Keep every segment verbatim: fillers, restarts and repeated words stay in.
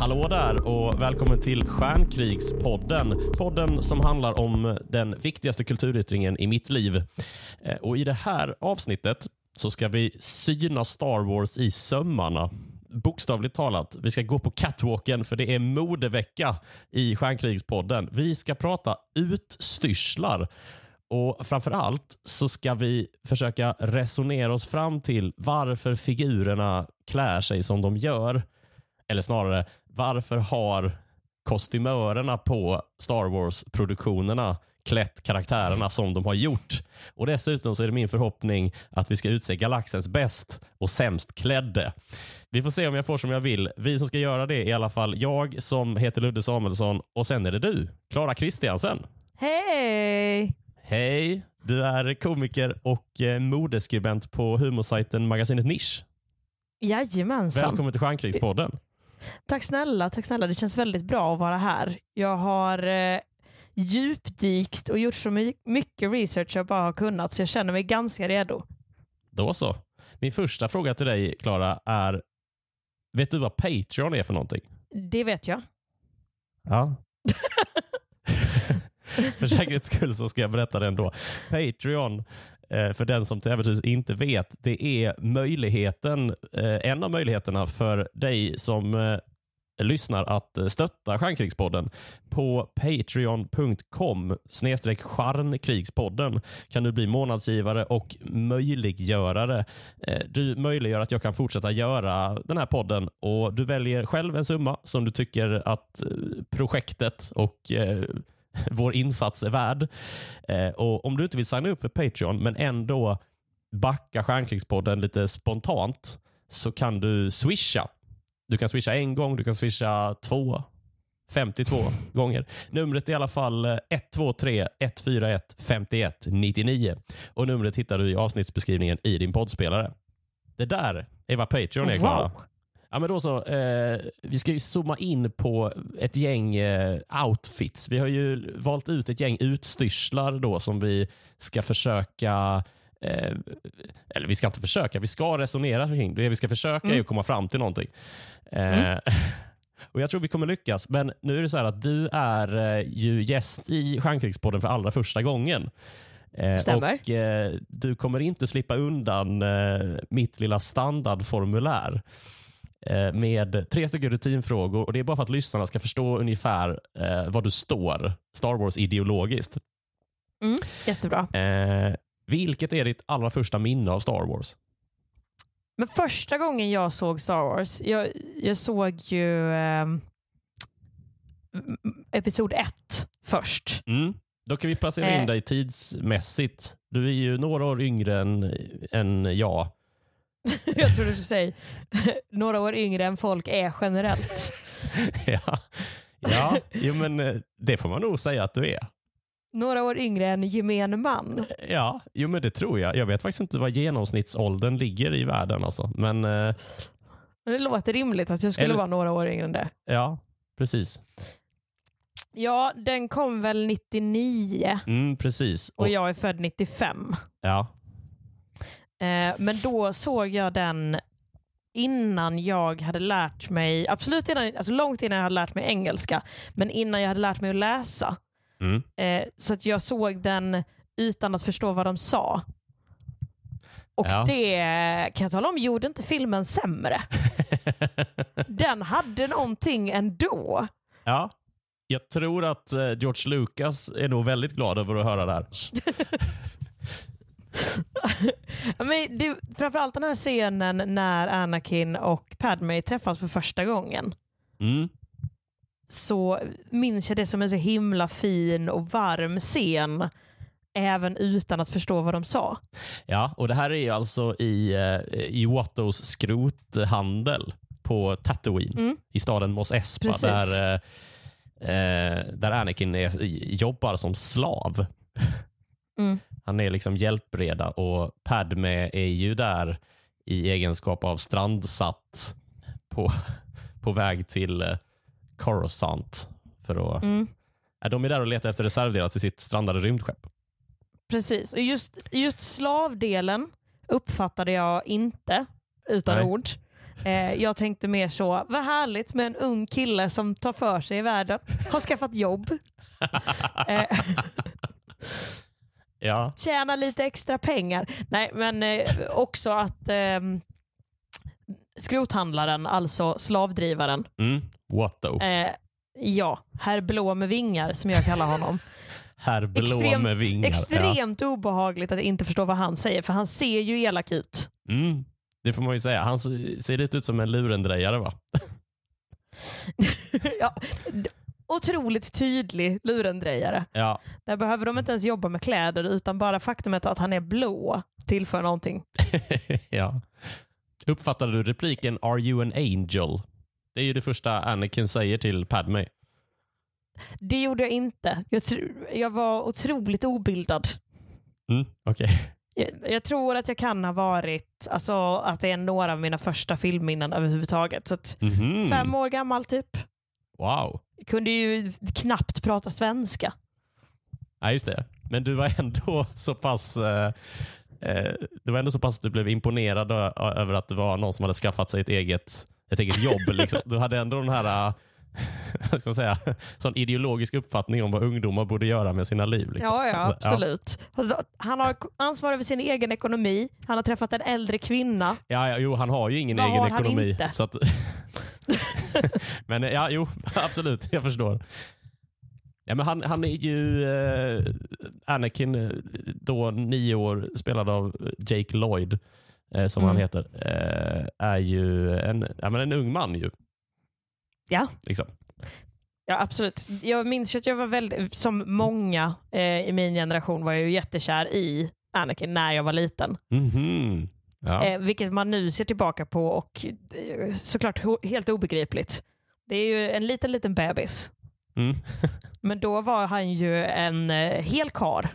Hallå där och välkommen till Stjärnkrigspodden. Podden som handlar om den viktigaste kulturyttringen i mitt liv. Och i det här avsnittet så ska vi syna Star Wars i sömmarna. Bokstavligt talat, vi ska gå på catwalken för det är modevecka i Stjärnkrigspodden. Vi ska prata utstyrslar. Och framförallt så ska vi försöka resonera oss fram till varför figurerna klär sig som de gör. Eller snarare, varför har kostymörerna på Star Wars-produktionerna klätt karaktärerna som de har gjort? Och dessutom så är det min förhoppning att vi ska utse galaxens bäst och sämst klädde. Vi får se om jag får som jag vill. Vi som ska göra det är i alla fall jag som heter Ludde Samuelsson och sen är det du, Clara Kristiansen. Hej! Hej, du är komiker och eh, modeskribent på humorsajten Magasinet Nisch. Jajamensan. Välkommen till Stjärnkrigspodden. Tack snälla, tack snälla. Det känns väldigt bra att vara här. Jag har eh, djupdykt och gjort så my- mycket research jag bara har kunnat så jag känner mig ganska redo. Då så. Min första fråga till dig, Clara, är: vet du vad Patreon är för någonting? Det vet jag. Ja. För säkerhets skull så ska jag berätta det ändå. Patreon, för den som till äventyrs inte vet, det är möjligheten, en av möjligheterna för dig som lyssnar att stötta Stjärnkrigspodden. På patreon punkt com snedstreck Stjärnkrigspodden kan du bli månadsgivare och möjliggörare. Du möjliggör att jag kan fortsätta göra den här podden och du väljer själv en summa som du tycker att projektet och vår insats är värd. Eh, och om du inte vill signa upp för Patreon men ändå backa Stjärnkrigspodden lite spontant så kan du swisha. Du kan swisha en gång, du kan swisha två, femtiotvå gånger. Numret är i alla fall ett två tre ett fyra ett fem ett nio nio och numret hittar du i avsnittsbeskrivningen i din poddspelare. Det där är vad Patreon är, Clara. Wow. Ja, men då så, eh, vi ska ju zooma in på ett gäng eh, outfits. Vi har ju valt ut ett gäng utstyrslar då som vi ska försöka, eh, eller vi ska inte försöka, vi ska resonera kring. Det vi ska försöka mm. är att komma fram till någonting. Eh, mm. Och jag tror vi kommer lyckas. Men nu är det så här att du är eh, ju gäst i Stjärnkrigspodden för allra första gången. Eh, Stämmer. Och eh, du kommer inte slippa undan eh, mitt lilla standardformulär med tre stycken rutinfrågor och det är bara för att lyssnarna ska förstå ungefär eh, vad du står Star Wars ideologiskt. Mm, jättebra. Eh, vilket är ditt allra första minne av Star Wars? Men första gången jag såg Star Wars, jag, jag såg ju eh, episod ett först. Mm. Då kan vi placera in eh. dig tidsmässigt. Du är ju några år yngre än, än jag. Jag tror du skulle säga några år yngre än folk är generellt. ja, ja jo, men det får man nog säga att du är. Några år yngre än gemene man. Ja, jo, men det tror jag. Jag vet faktiskt inte vad genomsnittsåldern ligger i världen. Alltså. Men, eh, men det låter rimligt att jag skulle eller, vara några år yngre än det. Ja, precis. Ja, den kom väl nittionio. Mm, precis. Och, och jag är född nittiofem. Ja. Men då såg jag den innan jag hade lärt mig, absolut innan, alltså långt innan jag hade lärt mig engelska, men innan jag hade lärt mig att läsa. Mm. Så att jag såg den utan att förstå vad de sa. Och ja. Det kan jag tala om, gjorde inte filmen sämre. Den hade någonting ändå. Ja, jag tror att George Lucas är nog väldigt glad över att höra det här. Men det, framförallt den här scenen när Anakin och Padme träffas för första gången. Mm. Så minns jag det som en så himla fin och varm scen även utan att förstå vad de sa. Ja, och det här är alltså i, i Wattos skrothandel på Tatooine mm. i staden Mos Espa där, eh, där Anakin är, jobbar som slav. Mm. Han är liksom hjälpreda och Padme är ju där i egenskap av strandsatt på, på väg till Coruscant för att mm. äh, de är där och letar efter reservdelar till sitt strandade rymdskepp. Precis, och just, just slavdelen uppfattade jag inte utan Nej. ord. Eh, jag tänkte mer så, vad härligt med en ung kille som tar för sig i världen. Har skaffat jobb. eh, ja. Tjäna lite extra pengar. Nej, men eh, också att eh, skrothandlaren, alltså slavdrivaren. Mm. What though? Eh, ja, herr blå med vingar som jag kallar honom. Herr blå extremt, med vingar. Extremt ja. obehagligt att inte förstå vad han säger, för han ser ju elak ut. Mm. Det får man ju säga. Han ser lite ut som en lurendrejare, va? ja, otroligt tydlig lurendrejare. Ja. Där behöver de inte ens jobba med kläder, utan bara faktumet att han är blå tillför någonting. ja. Uppfattade du repliken "Are you an angel"? Det är ju det första Anakin säger till Padme. Det gjorde jag inte. Jag, tr- jag var otroligt obildad. Mm, okej. Okay. Jag, jag tror att jag kan ha varit, alltså att det är några av mina första filmminnen överhuvudtaget. Så att mm-hmm. fem år gammal typ. Wow. Jag kunde ju knappt prata svenska. Ja, just det. Men du var ändå så pass... Eh, eh, det var ändå så pass att du blev imponerad ö- över att det var någon som hade skaffat sig ett eget, ett eget jobb. Liksom. Du hade ändå den här... Vad ska man säga, sån ideologisk uppfattning om vad ungdomar borde göra med sina liv. Liksom. Ja, ja, absolut. Ja. Han har ansvar över sin egen ekonomi. Han har träffat en äldre kvinna. Ja, ja jo, han har ju ingen vad egen har han ekonomi. Inte? Så att... men ja, jo, absolut, jag förstår. Ja, men han, han är ju eh, Anakin, då nio år, spelad av Jake Lloyd, eh, som mm. han heter, eh, är ju en, ja, men en ung man ju. Ja. Liksom. Ja, absolut. Jag minns att jag var väldigt, som många eh, i min generation var jag ju jättekär i Anakin när jag var liten. Mm-hmm. Ja. Eh, vilket man nu ser tillbaka på och eh, såklart ho- helt obegripligt. Det är ju en liten, liten bebis. Mm. Men då var han ju en eh, hel kar.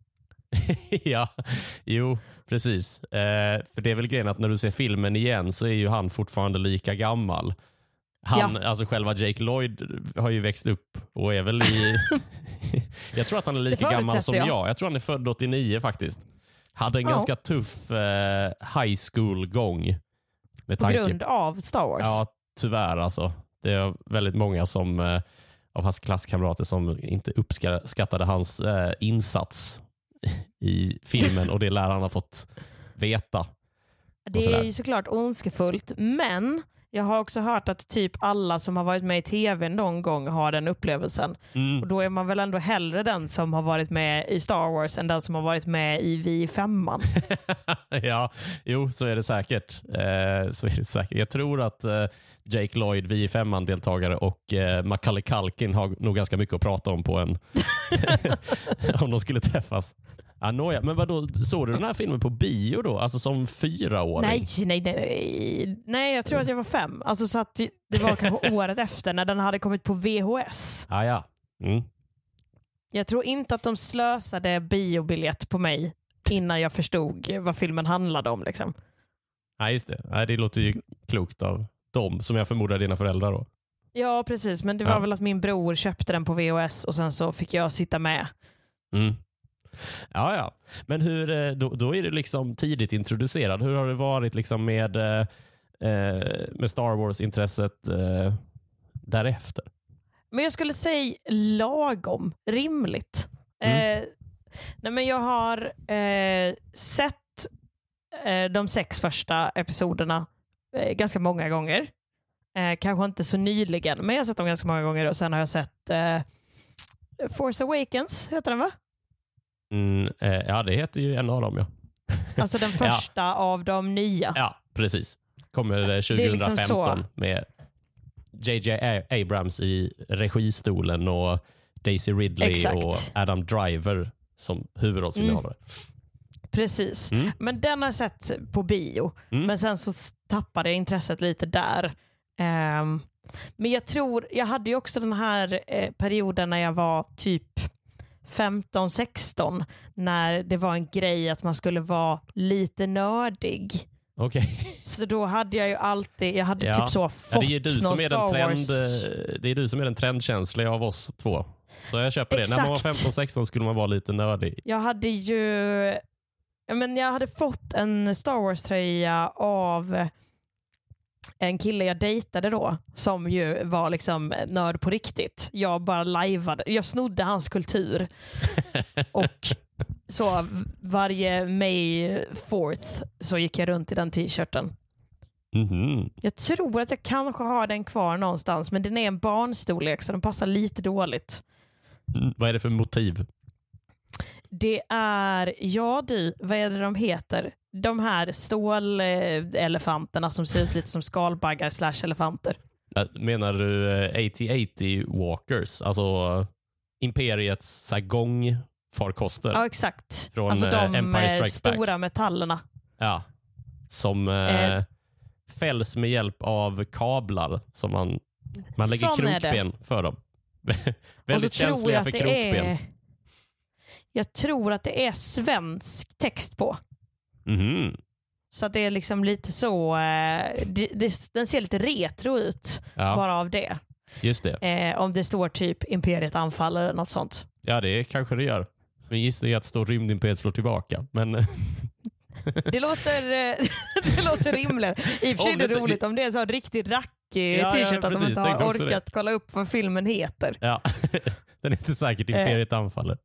ja, jo, precis. Eh, för det är väl grejen att när du ser filmen igen så är ju han fortfarande lika gammal. Han, ja. Alltså själva Jake Lloyd har ju växt upp och är väl i... jag tror att han är lika gammal som jag. jag. Jag tror han är född åttionio faktiskt. Hade en ja. ganska tuff eh, high school-gång. Med På tanke... grund av Star Wars? Ja, tyvärr alltså. Det är väldigt många som, eh, av hans klasskamrater som inte uppskattade hans eh, insats i filmen och det lär han ha fått veta. Det är ju såklart ondskefullt, men jag har också hört att typ alla som har varit med i tv någon gång har den upplevelsen. Mm. Och då är man väl ändå hellre den som har varit med i Star Wars än den som har varit med i V femman. ja, jo, så är det säkert. Eh, så är det säkert. Jag tror att eh, Jake Lloyd, V femman-deltagare och eh, Macaulay Culkin har nog ganska mycket att prata om på en om de skulle träffas. Ah, noja. Men vadå, såg du den här filmen på bio då? Alltså som fyraåring? Nej, nej, nej. Nej, jag tror att jag var fem. Alltså så att det var kanske året efter när den hade kommit på V H S. Ah, ja. Mm. Jag tror inte att de slösade biobiljett på mig innan jag förstod vad filmen handlade om. Liksom. Nej, just det. Nej, det låter ju klokt av dem, som jag förmodar dina föräldrar då. Ja, precis. Men det var ja. väl att min bror köpte den på V H S och sen så fick jag sitta med. Mm. Ja, ja. Men hur, då, då är det liksom tidigt introducerad. Hur har det varit liksom med, eh, med Star Wars-intresset eh, därefter? Men jag skulle säga lagom, rimligt. Mm. Eh, nej men jag har eh, sett eh, de sex första episoderna eh, ganska många gånger. Eh, kanske inte så nyligen, men jag har sett dem ganska många gånger och sen har jag sett eh, Force Awakens, heter den va? Mm, eh, ja, det heter ju en av dem, ja. Alltså den första ja. av de nya. Ja, precis. Kommer tjugohundrafemton liksom med J J Abrams i registolen och Daisy Ridley Exakt. och Adam Driver som huvudrollsinnehavare. Mm. Precis. Mm. Men den har jag sett på bio. Mm. Men sen så tappade jag intresset lite där. Um, men jag tror, jag hade ju också den här eh, perioden när jag var typ femton sexton när det var en grej att man skulle vara lite nördig. Okej. Okay. Så då hade jag ju alltid, jag hade ja. typ så fått ja, det är du som är den trend, Wars. det är du som är den trendkänsliga av oss två. Så jag köper Exakt. det. När man var femton sexton skulle man vara lite nördig. Jag hade ju jag, men jag hade fått en Star Wars-tröja av en kille jag dejtade då, som ju var liksom nörd på riktigt. Jag bara lajvade, jag snodde hans kultur. Och så varje May fourth så gick jag runt i den t-shirten. Mm-hmm. Jag tror att jag kanske har den kvar någonstans, men den är en barnstorlek så den passar lite dåligt. Mm, vad är det för motiv? Det är, ja du, vad är det de heter? De här stålelefanterna som ser ut lite som skalbaggar slash elefanter. Menar du åttio åttio walkers? Alltså Imperiets så här, gångfarkoster? Ja, exakt. Från alltså de Empire Strikes stora Back. Metallerna. Ja. Som eh, eh. fälls med hjälp av kablar som man, man lägger Sån krokben för dem. Väldigt känsliga för krokben. Är, jag tror att det är svensk text på. Mm-hmm. Så att det är liksom lite så, eh, det, det, den ser lite retro ut, ja. Bara av det. Just det. Eh, om det står typ Imperiet anfaller eller något sånt. Ja, det kanske det gör. Men gissar jag att stå rymdimperiet slår tillbaka. Men det låter det låter rimligare. I och för sig är det roligt om det är så riktigt rackig ja, t-shirt ja, att de inte har orkat kolla upp vad filmen heter. Ja, den är inte säkert Imperiet eh. anfaller.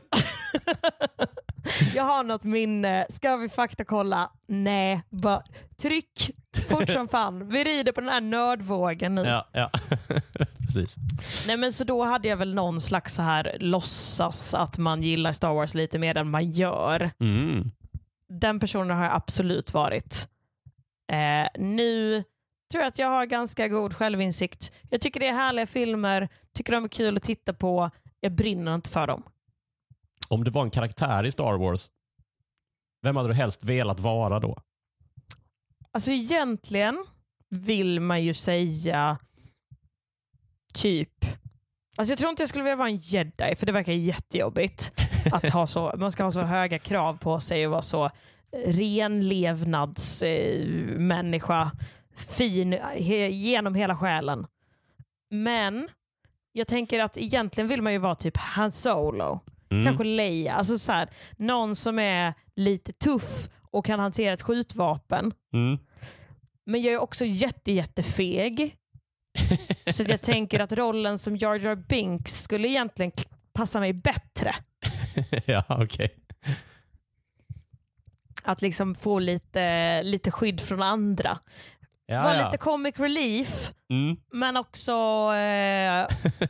Jag har något minne. Ska vi faktakolla? Nej, bara tryck fort som fan. Vi rider på den här nördvågen nu. Ja, ja. Precis. Nej, men så då hade jag väl någon slags så här låtsas att man gillar Star Wars lite mer än man gör. Mm. Den personen har jag absolut varit. Eh, nu tror jag att jag har ganska god självinsikt. Jag tycker det är härliga filmer. Tycker de är kul att titta på. Jag brinner inte för dem. Om det var en karaktär i Star Wars, vem hade du helst velat vara då? Alltså egentligen vill man ju säga typ, alltså jag tror inte jag skulle vilja vara en jedi, för det verkar jättejobbigt att ha så, man ska ha så höga krav på sig och vara så renlevnadsmänniska, fin he, genom hela själen. Men jag tänker att egentligen vill man ju vara typ Han Solo. Mm. Kanske Leia. Alltså så här, någon som är lite tuff och kan hantera ett skjutvapen. Mm. Men jag är också jätte, jättefeg. Så jag tänker att rollen som Jar Jar Binks skulle egentligen passa mig bättre. Ja, okej. Okay. Att liksom få lite, lite skydd från andra. Ja, Var ja. lite comic relief, mm. men också eh,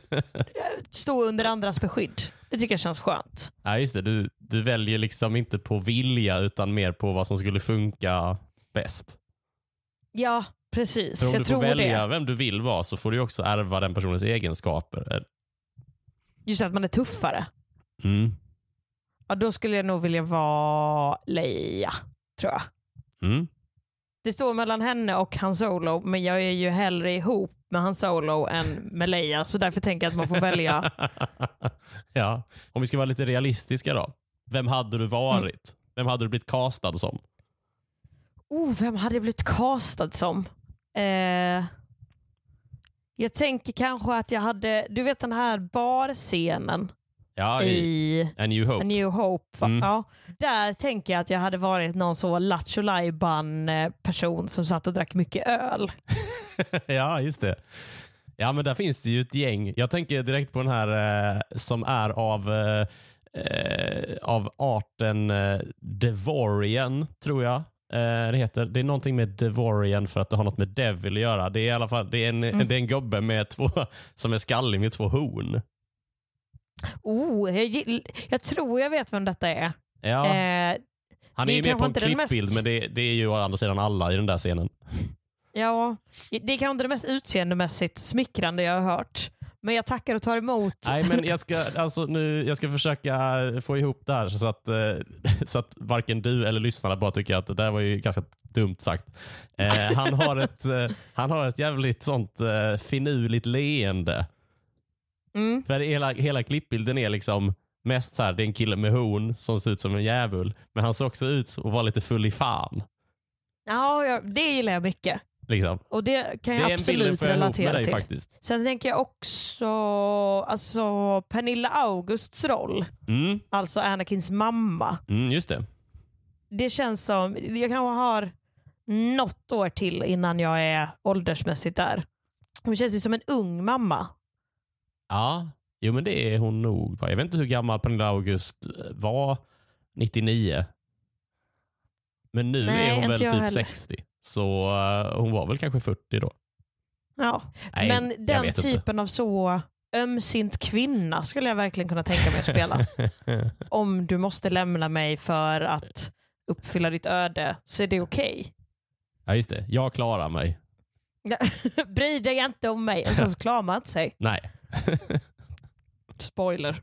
stå under andras beskydd. Det tycker jag känns skönt. Ja, just det. Du, du väljer liksom inte på vilja utan mer på vad som skulle funka bäst. Ja, precis. För om jag du tror får välja det. vem du vill vara så får du också ärva den personens egenskaper. Just att man är tuffare. Mm. Ja, då skulle jag nog vilja vara Leia, tror jag. Mm. Det står mellan henne och Han Solo, men jag är ju hellre ihop med Han Solo än med Leia, så därför tänker jag att man får välja. Ja, om vi ska vara lite realistiska då. Vem hade du varit? Mm. Vem hade du blivit castad som? Oh, vem hade jag blivit castad som? Eh, jag tänker kanske att jag hade, du vet den här barscenen. Ja, i, i A New Hope. A New Hope. Mm. Ja, där tänker jag att jag hade varit någon så Lattjo Lajban person som satt och drack mycket öl. Ja, just det. Ja, men där finns det ju ett gäng. Jag tänker direkt på den här eh, som är av eh, av arten eh, Devorian, tror jag. Eh, det heter. Det är någonting med Devorian för att det har något med Devil att göra. Det är i alla fall det är en, mm. det är en gubbe med två som är skallig med två horn. Oh, jag, jag tror jag vet vem detta är. Ja. Eh, Han är ju med på en klippbild, mest... men det, det är ju å andra sidan alla i den där scenen. Ja, det är kanske inte det mest utseendemässigt smickrande jag har hört. Men jag tackar och tar emot. Nej, men jag ska, alltså, nu, jag ska försöka få ihop det här så att, så att varken du eller lyssnarna bara tycker att det där var ju ganska dumt sagt. Eh, han, har ett, han har ett jävligt sånt eh, finurligt leende. Mm. För hela, hela klippbilden är liksom mest så här, det är en kille med horn som ser ut som en djävul. Men han ser också ut att vara lite full i fan. Ja, ja, det gillar jag mycket. Liksom. Och det kan jag det absolut relatera dig, till. Faktiskt. Sen tänker jag också alltså Pernilla Augusts roll. Mm. Alltså Anakins mamma. Mm, just det. Det känns som, jag kanske har något år till innan jag är åldersmässigt där. Hon känns ju som en ung mamma. Ja, jo men det är hon nog. Jag vet inte hur gammal Pernilla August var nittionio. Men nu Nej, är hon väl typ heller. sextio. Så uh, hon var väl kanske fyrtio då. Ja, Nej, men den typen inte. av så ömsint kvinna skulle jag verkligen kunna tänka mig att spela. Om du måste lämna mig för att uppfylla ditt öde så är det okej. Okay. Ja just det, jag klarar mig. Bry dig inte om mig. Och sen så klarar man inte sig. Nej. Spoiler.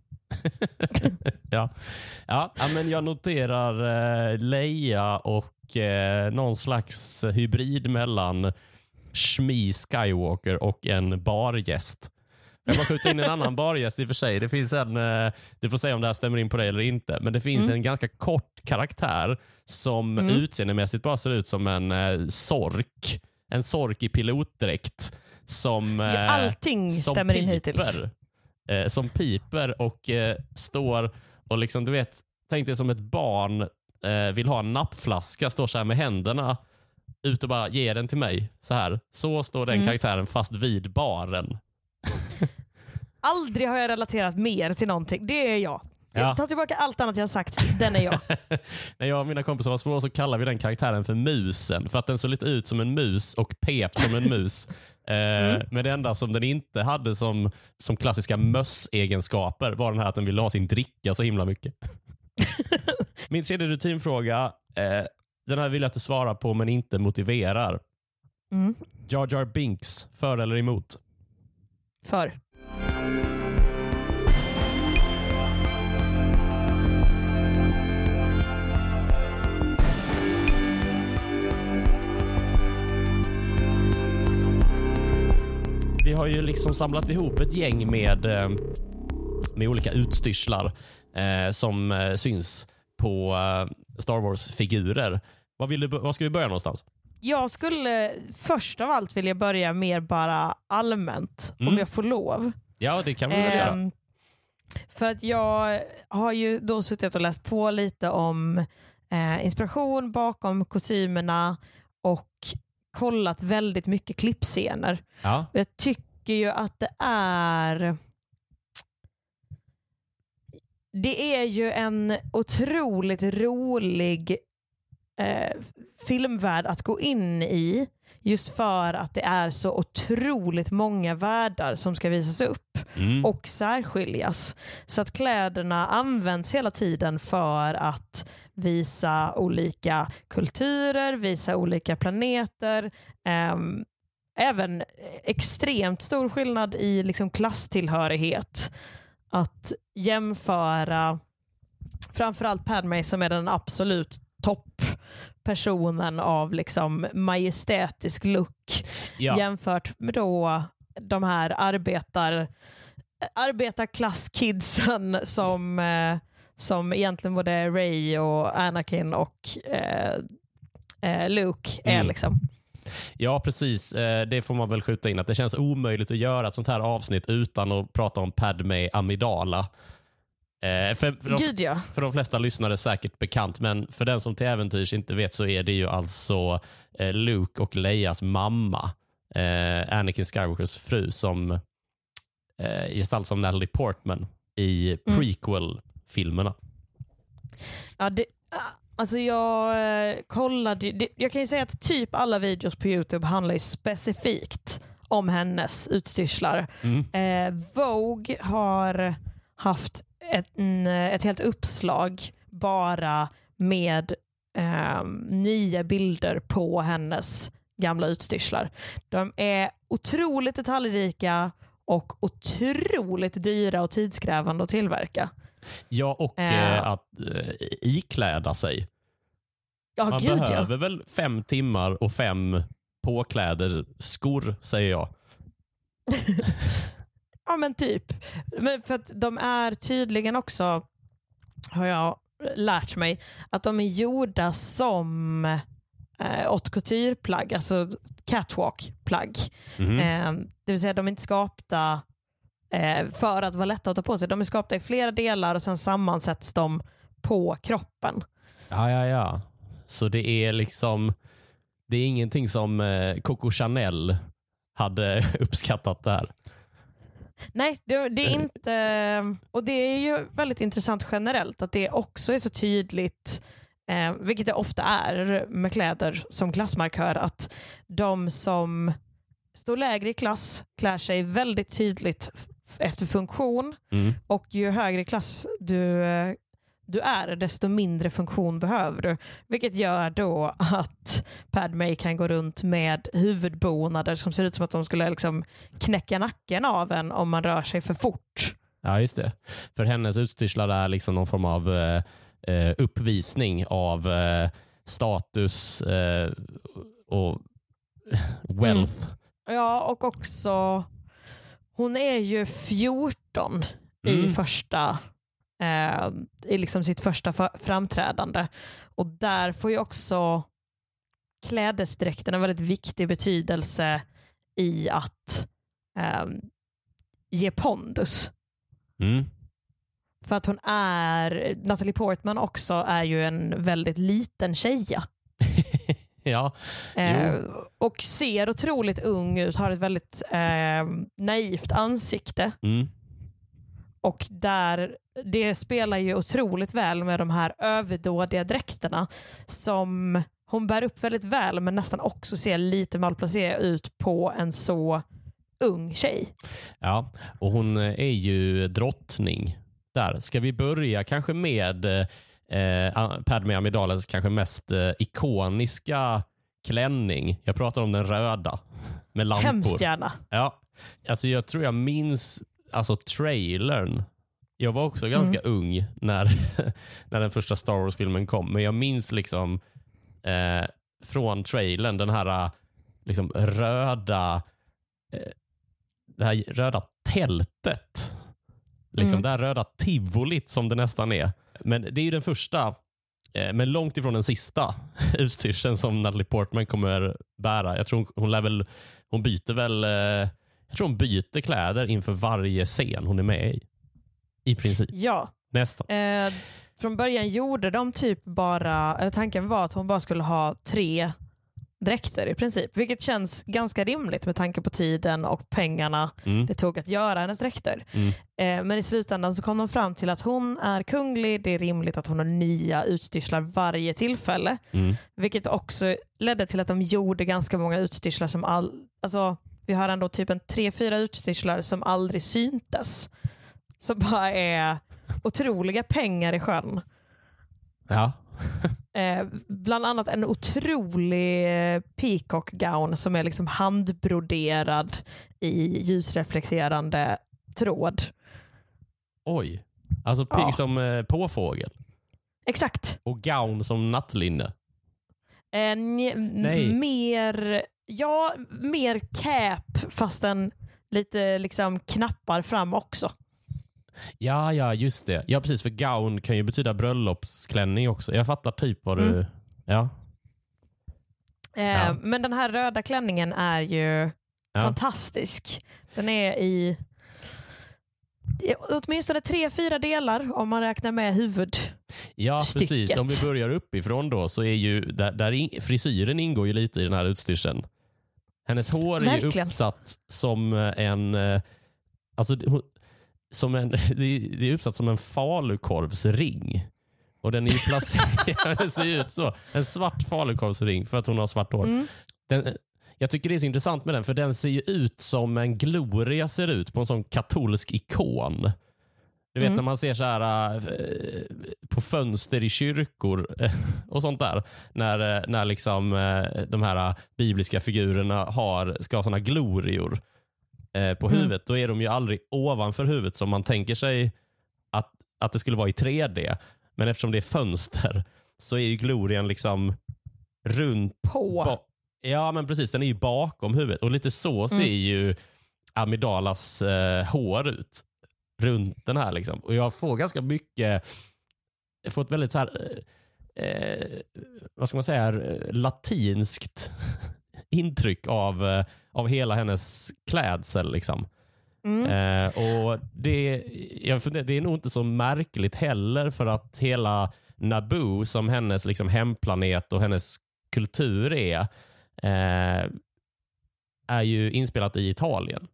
ja. Ja, men jag noterar eh, Leia och eh, någon slags hybrid mellan Shmi Skywalker och en bargäst. Jag bara skjuter in en annan bargäst i och för sig. Det finns en, eh, du får säga om det här stämmer in på dig eller inte, men det finns mm. en ganska kort karaktär som mm. utseendemässigt bara ser ut som en eh, sork. En sork i pilotdräkt som eh, ja, allting som stämmer piper, in hittills. Eh, som piper och eh, står och liksom, du vet, tänk dig som ett barn eh, vill ha en nappflaska, står så här med händerna ut och bara ger den till mig. Så här. Så står den mm. karaktären fast vid baren. Aldrig har jag relaterat mer till någonting. Det är jag. Ja. Jag tar tillbaka allt annat jag sagt. Den är jag. När jag och mina kompisar var små så kallar vi den karaktären för musen. För att den såg lite ut som en mus och pep som en mus. Mm. Men det enda som den inte hade som, som klassiska möss-egenskaper var den här att den ville ha sin dricka så himla mycket. Min tredje rutinfråga, eh, den här vill jag att du svarar på men inte motiverar. Mm. Jar Jar Binks, för eller emot? För. Vi har ju liksom samlat ihop ett gäng med, med olika utstyrslar eh, som eh, syns på eh, Star Wars-figurer. Vad, vill du, vad ska vi börja någonstans? Jag skulle först av allt vilja börja mer bara allmänt, mm. om jag får lov. Ja, det kan vi väl eh, göra. För att jag har ju då suttit och läst på lite om eh, inspiration bakom kostymerna och kollat väldigt mycket klippscener. Ja. Jag tycker ju att det är det är ju en otroligt rolig eh, filmvärld att gå in i, just för att det är så otroligt många världar som ska visas upp mm. och särskiljas. Så att kläderna används hela tiden för att visa olika kulturer, visa olika planeter. Um, även extremt stor skillnad i liksom klasstillhörighet. Att jämföra framförallt Padme som är den absolut topppersonen av liksom majestätisk look ja. jämfört med då de här arbetar arbetarklasskidsen som eh, som egentligen både Rey och Anakin och eh, eh, Luke är mm. liksom. Ja, precis. Det får man väl skjuta in att det känns omöjligt att göra ett sånt här avsnitt utan att prata om Padme Amidala. För, för, de, Gud, ja. för de flesta lyssnare säkert bekant, men för den som till äventyrs inte vet så är det ju alltså Luke och Leias mamma, Anakin Skywalkers fru, som gestaltas som Natalie Portman i prequel-filmerna. Ja, det, alltså jag kollade, det, jag kan ju säga att typ alla videos på YouTube handlar ju specifikt om hennes utstyrslar. Mm. Eh, Vogue har haft ett, ett helt uppslag bara med eh, nya bilder på hennes gamla utstyrslar. De är otroligt detaljrika och otroligt dyra och tidskrävande att tillverka. Ja, och äh. eh, att eh, ikläda sig. Ja, Man gud, behöver ja. väl fem timmar och fem påkläder skor, säger jag. Ja, men typ. Men för att de är tydligen också, har jag lärt mig, att de är gjorda som eh, haute couture-plagg, alltså catwalk-plagg. Mm-hmm. Eh, det vill säga de är inte skapta eh, för att vara lätta att ta på sig. De är skapta i flera delar och sen sammansätts de på kroppen. Ja, ja, ja. Så det är liksom det är ingenting som eh, Coco Chanel hade uppskattat där. Nej, det, det är inte... Och det är ju väldigt intressant generellt att det också är så tydligt, eh, vilket det ofta är med kläder som klassmarkör, att de som står lägre i klass klär sig väldigt tydligt f- efter funktion, mm. och ju högre klass du, du är, desto mindre funktion behöver du. Vilket gör då att Padmé kan gå runt med huvudbonader som ser ut som att de skulle liksom knäcka nacken av en om man rör sig för fort. Ja, just det. För hennes utstyrslar är liksom någon form av eh, uppvisning av eh, status eh, och wealth. Mm. Ja, och också hon är ju fjorton mm. i första eh, i liksom sitt första f- framträdande. Och där får ju också klädesdräkten en väldigt viktig betydelse i att eh, ge pondus. Mm. För att hon är, Natalie Portman också är ju en väldigt liten tjeja. ja. Eh, och ser otroligt ung ut, har ett väldigt eh, naivt ansikte. Mm. Och där, det spelar ju otroligt väl med de här överdådiga dräkterna som hon bär upp väldigt väl, men nästan också ser lite malplacerad ut på en så ung tjej. Ja, och hon är ju drottning. Där ska vi börja kanske med eh, Padmé Amidales kanske mest eh, ikoniska klänning. Jag pratar om den röda med lampor. Hemskt gärna. Ja, alltså jag tror jag minns alltså trailern. Jag var också ganska mm. ung när, när den första Star Wars-filmen kom, men jag minns liksom eh, från trailern den här liksom röda eh, det här röda tältet. Liksom mm. det här röda tivolit som det nästan är. Men det är ju den första, eh, men långt ifrån den sista utstyrseln som Natalie Portman kommer bära. Jag tror hon, hon lär väl, hon byter väl, eh, jag tror hon byter kläder inför varje scen hon är med i. I princip. Ja. Nästan. Eh, från början gjorde de typ bara, eller tanken var att hon bara skulle ha tre dräkter i princip, vilket känns ganska rimligt med tanke på tiden och pengarna mm. det tog att göra hennes dräkter. Mm. Eh, men i slutändan så kom de fram till att hon är kunglig, det är rimligt att hon har nya utstyrslar varje tillfälle, mm. vilket också ledde till att de gjorde ganska många utstyrslar som all, alltså vi har ändå typ en tre, fyra utstyrslar som aldrig syntes, som bara är otroliga pengar i sjön. Ja. Eh, bland annat en otrolig peacock gown som är liksom handbroderad i ljusreflekterande tråd. Oj, alltså pigg ja. som eh, påfågel. Exakt. Och gown som nattlinne. Eh, n- Nej. Mer, ja, mer cap fast en lite liksom knappar fram också. Ja, ja, just det. Ja, precis. För gown kan ju betyda bröllopsklänning också. Jag fattar typ vad du... Mm. Ja. Eh, ja. Men den här röda klänningen är ju ja. fantastisk. Den är i, i åtminstone tre, fyra delar om man räknar med huvudstycket. Ja, precis. Om vi börjar uppifrån då så är ju... Där, där in, frisyren ingår ju lite i den här utstyrseln. Hennes hår är Verkligen. ju uppsatt som en... Alltså... Som en, det är uppsatt som en falukorvsring. Och den är ju placerad, den ser ut så. En svart falukorvsring för att hon har svart hår. Mm. Den, jag tycker det är så intressant med den, för den ser ju ut som en gloria ser ut på en sån katolsk ikon. Du vet mm. när man ser så här äh, på fönster i kyrkor äh, och sånt där. När, när liksom äh, de här bibliska figurerna har, ska ha såna glorior på huvudet, mm. då är de ju aldrig ovanför huvudet som man tänker sig att, att det skulle vara i tre D. Men eftersom det är fönster så är ju glorian liksom runt på. Ba- ja, men precis. Den är ju bakom huvudet. Och lite så ser mm. ju Amidalas eh, hår ut. Runt den här liksom. Och jag får ganska mycket jag får ett väldigt så här eh, vad ska man säga latinskt intryck av av hela hennes klädsel liksom. Mm. Eh, och det, jag funderar, det är nog inte så märkligt heller, för att hela Naboo som hennes liksom hemplanet och hennes kultur är, eh, är ju inspelat i Italien.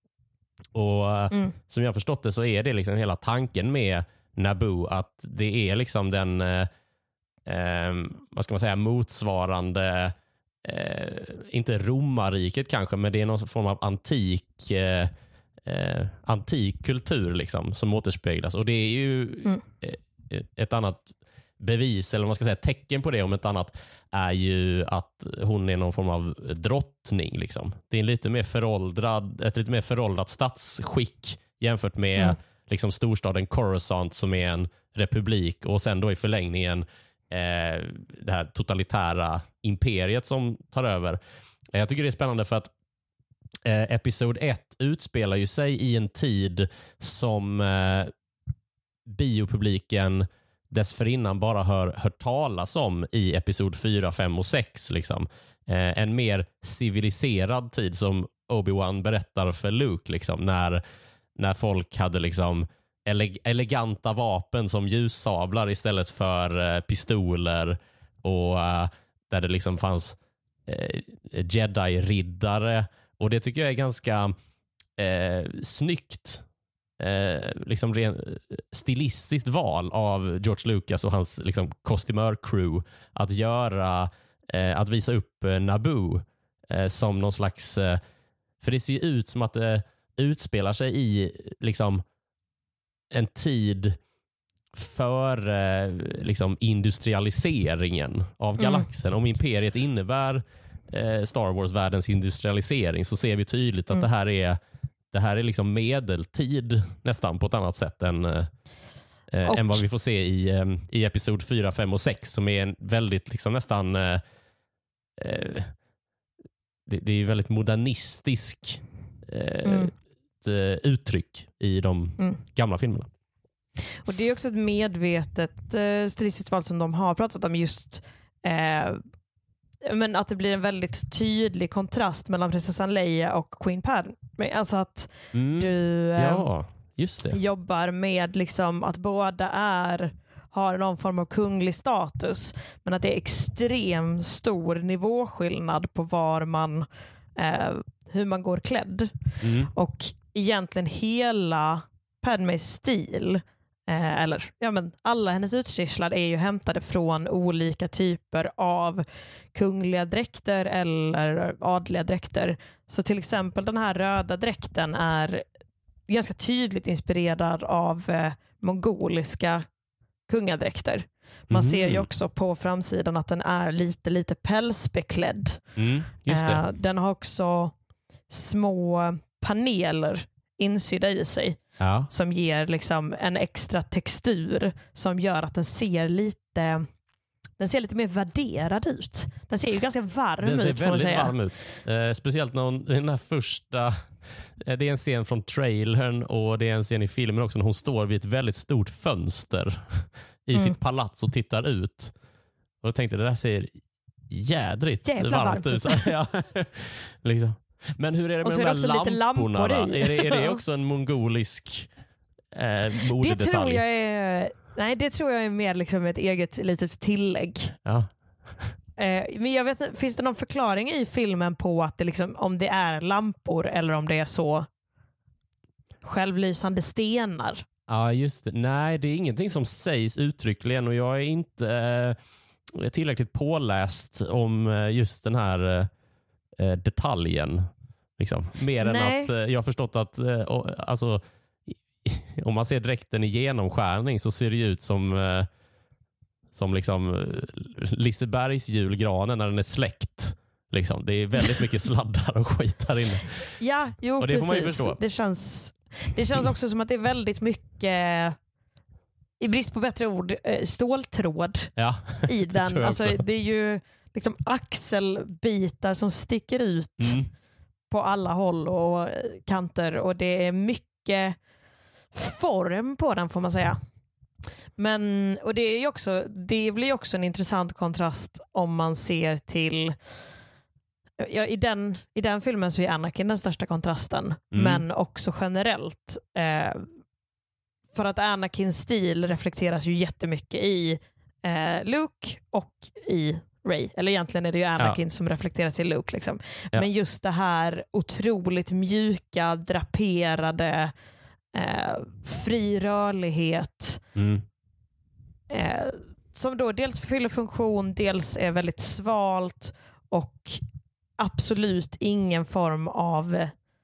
Och mm. som jag har förstått det så är det liksom hela tanken med Naboo att det är liksom den eh, eh, vad ska man säga, motsvarande eh, inte romarriket kanske, men det är någon form av antik eh, eh, antik kultur liksom som återspeglas. Och det är ju mm. ett annat bevis, eller vad man ska säga, tecken på det om ett annat är ju att hon är någon form av drottning liksom. Det är en lite mer föråldrad, ett lite mer föråldrat statsskick jämfört med mm. liksom storstaden Coruscant som är en republik, och sen då i förlängningen eh, det här totalitära imperiet som tar över. Jag tycker det är spännande för att eh, episod ett utspelar ju sig i en tid som eh, biopubliken dessförinnan bara har hört talas om i episod fyra, fem och sex. Liksom. Eh, en mer civiliserad tid som Obi-Wan berättar för Luke. Liksom, när, när folk hade liksom ele- eleganta vapen som ljussablar istället för eh, pistoler. Och eh, där det liksom fanns eh, Jedi-riddare. Och det tycker jag är ganska eh, snyggt. Eh, liksom ren, stilistiskt val av George Lucas och hans liksom kostymör-crew att göra eh, att visa upp eh, Naboo eh, som någon slags eh, för det ser ju ut som att det utspelar sig i liksom en tid för eh, liksom industrialiseringen av galaxen. Mm. Om imperiet innebär eh, Star Wars-världens industrialisering så ser vi tydligt att mm. det här är Det här är liksom medeltid nästan på ett annat sätt än, eh, än vad vi får se i, eh, i episod fyra, fem och sex som är en väldigt liksom nästan eh, eh, det, det är väldigt modernistisk eh, mm. ett, uttryck i de mm. gamla filmerna. Och det är också ett medvetet eh, stilistiskt val som de har pratat om just eh, men att det blir en väldigt tydlig kontrast mellan prinsessan Leia och Queen Padme. Alltså att mm. du eh, ja, just det. jobbar med liksom att båda är har någon form av kunglig status, men att det är extremt stor nivåskillnad på var man eh, hur man går klädd. Mm. Och egentligen hela Padmes stil Eh, eller ja, men alla hennes utstyrslar är ju hämtade från olika typer av kungliga dräkter eller adliga dräkter. Så till exempel den här röda dräkten är ganska tydligt inspirerad av eh, mongoliska kungadräkter. Man mm. ser ju också på framsidan att den är lite lite pälsbeklädd. Mm, just det. Eh, den har också små paneler insydda i sig. Ja. Som ger liksom en extra textur som gör att den ser lite den ser lite mer värderad ut. Den ser ju ganska varm ut. Den ser ut, väldigt säga. varm ut. Eh, speciellt när hon, den här första eh, det är en scen från trailern och det är en scen i filmen också när hon står vid ett väldigt stort fönster i mm. sitt palats och tittar ut. Och jag tänkte det där ser jädrigt Jävla varmt, varmt ut. Ja. liksom. Men hur är det med de här lamporna? Lampor är, det, är det också en mongolisk eh, modedetalj? Det tror jag är, nej, det tror jag är mer liksom ett eget litet tillägg. Ja. Eh, men jag vet, finns det någon förklaring i filmen på att det liksom, om det är lampor eller om det är så självlysande stenar? Ja, just det. Nej, det är ingenting som sägs uttryckligen och jag är inte eh, tillräckligt påläst om just den här eh, detaljen. Liksom. Mer Nej. än att eh, jag har förstått att eh, alltså, om man ser dräkten i genomskärning så ser det ut som eh, som liksom Lisebergs julgranen när den är släckt. Liksom. Det är väldigt mycket sladdar och skit här inne. Ja, jo, och det precis. Får man ju förstå. Det känns, det känns också som att det är väldigt mycket, i brist på bättre ord, ståltråd ja, i den. Alltså, det är ju liksom axelbitar som sticker ut mm. på alla håll och kanter och det är mycket form på den, får man säga. Men, och det är ju också, det blir också en intressant kontrast om man ser till ja, i, den, i den filmen så är Anakin den största kontrasten, mm. men också generellt eh, för att Anakins stil reflekteras ju jättemycket i eh, Luke och i Rey. Eller egentligen är det ju Anakin ja. som reflekterar till Luke. Liksom. Ja. Men just det här otroligt mjuka, draperade, eh, fri rörlighet. Mm. Eh, som då dels fyller funktion, dels är väldigt svalt och absolut ingen form av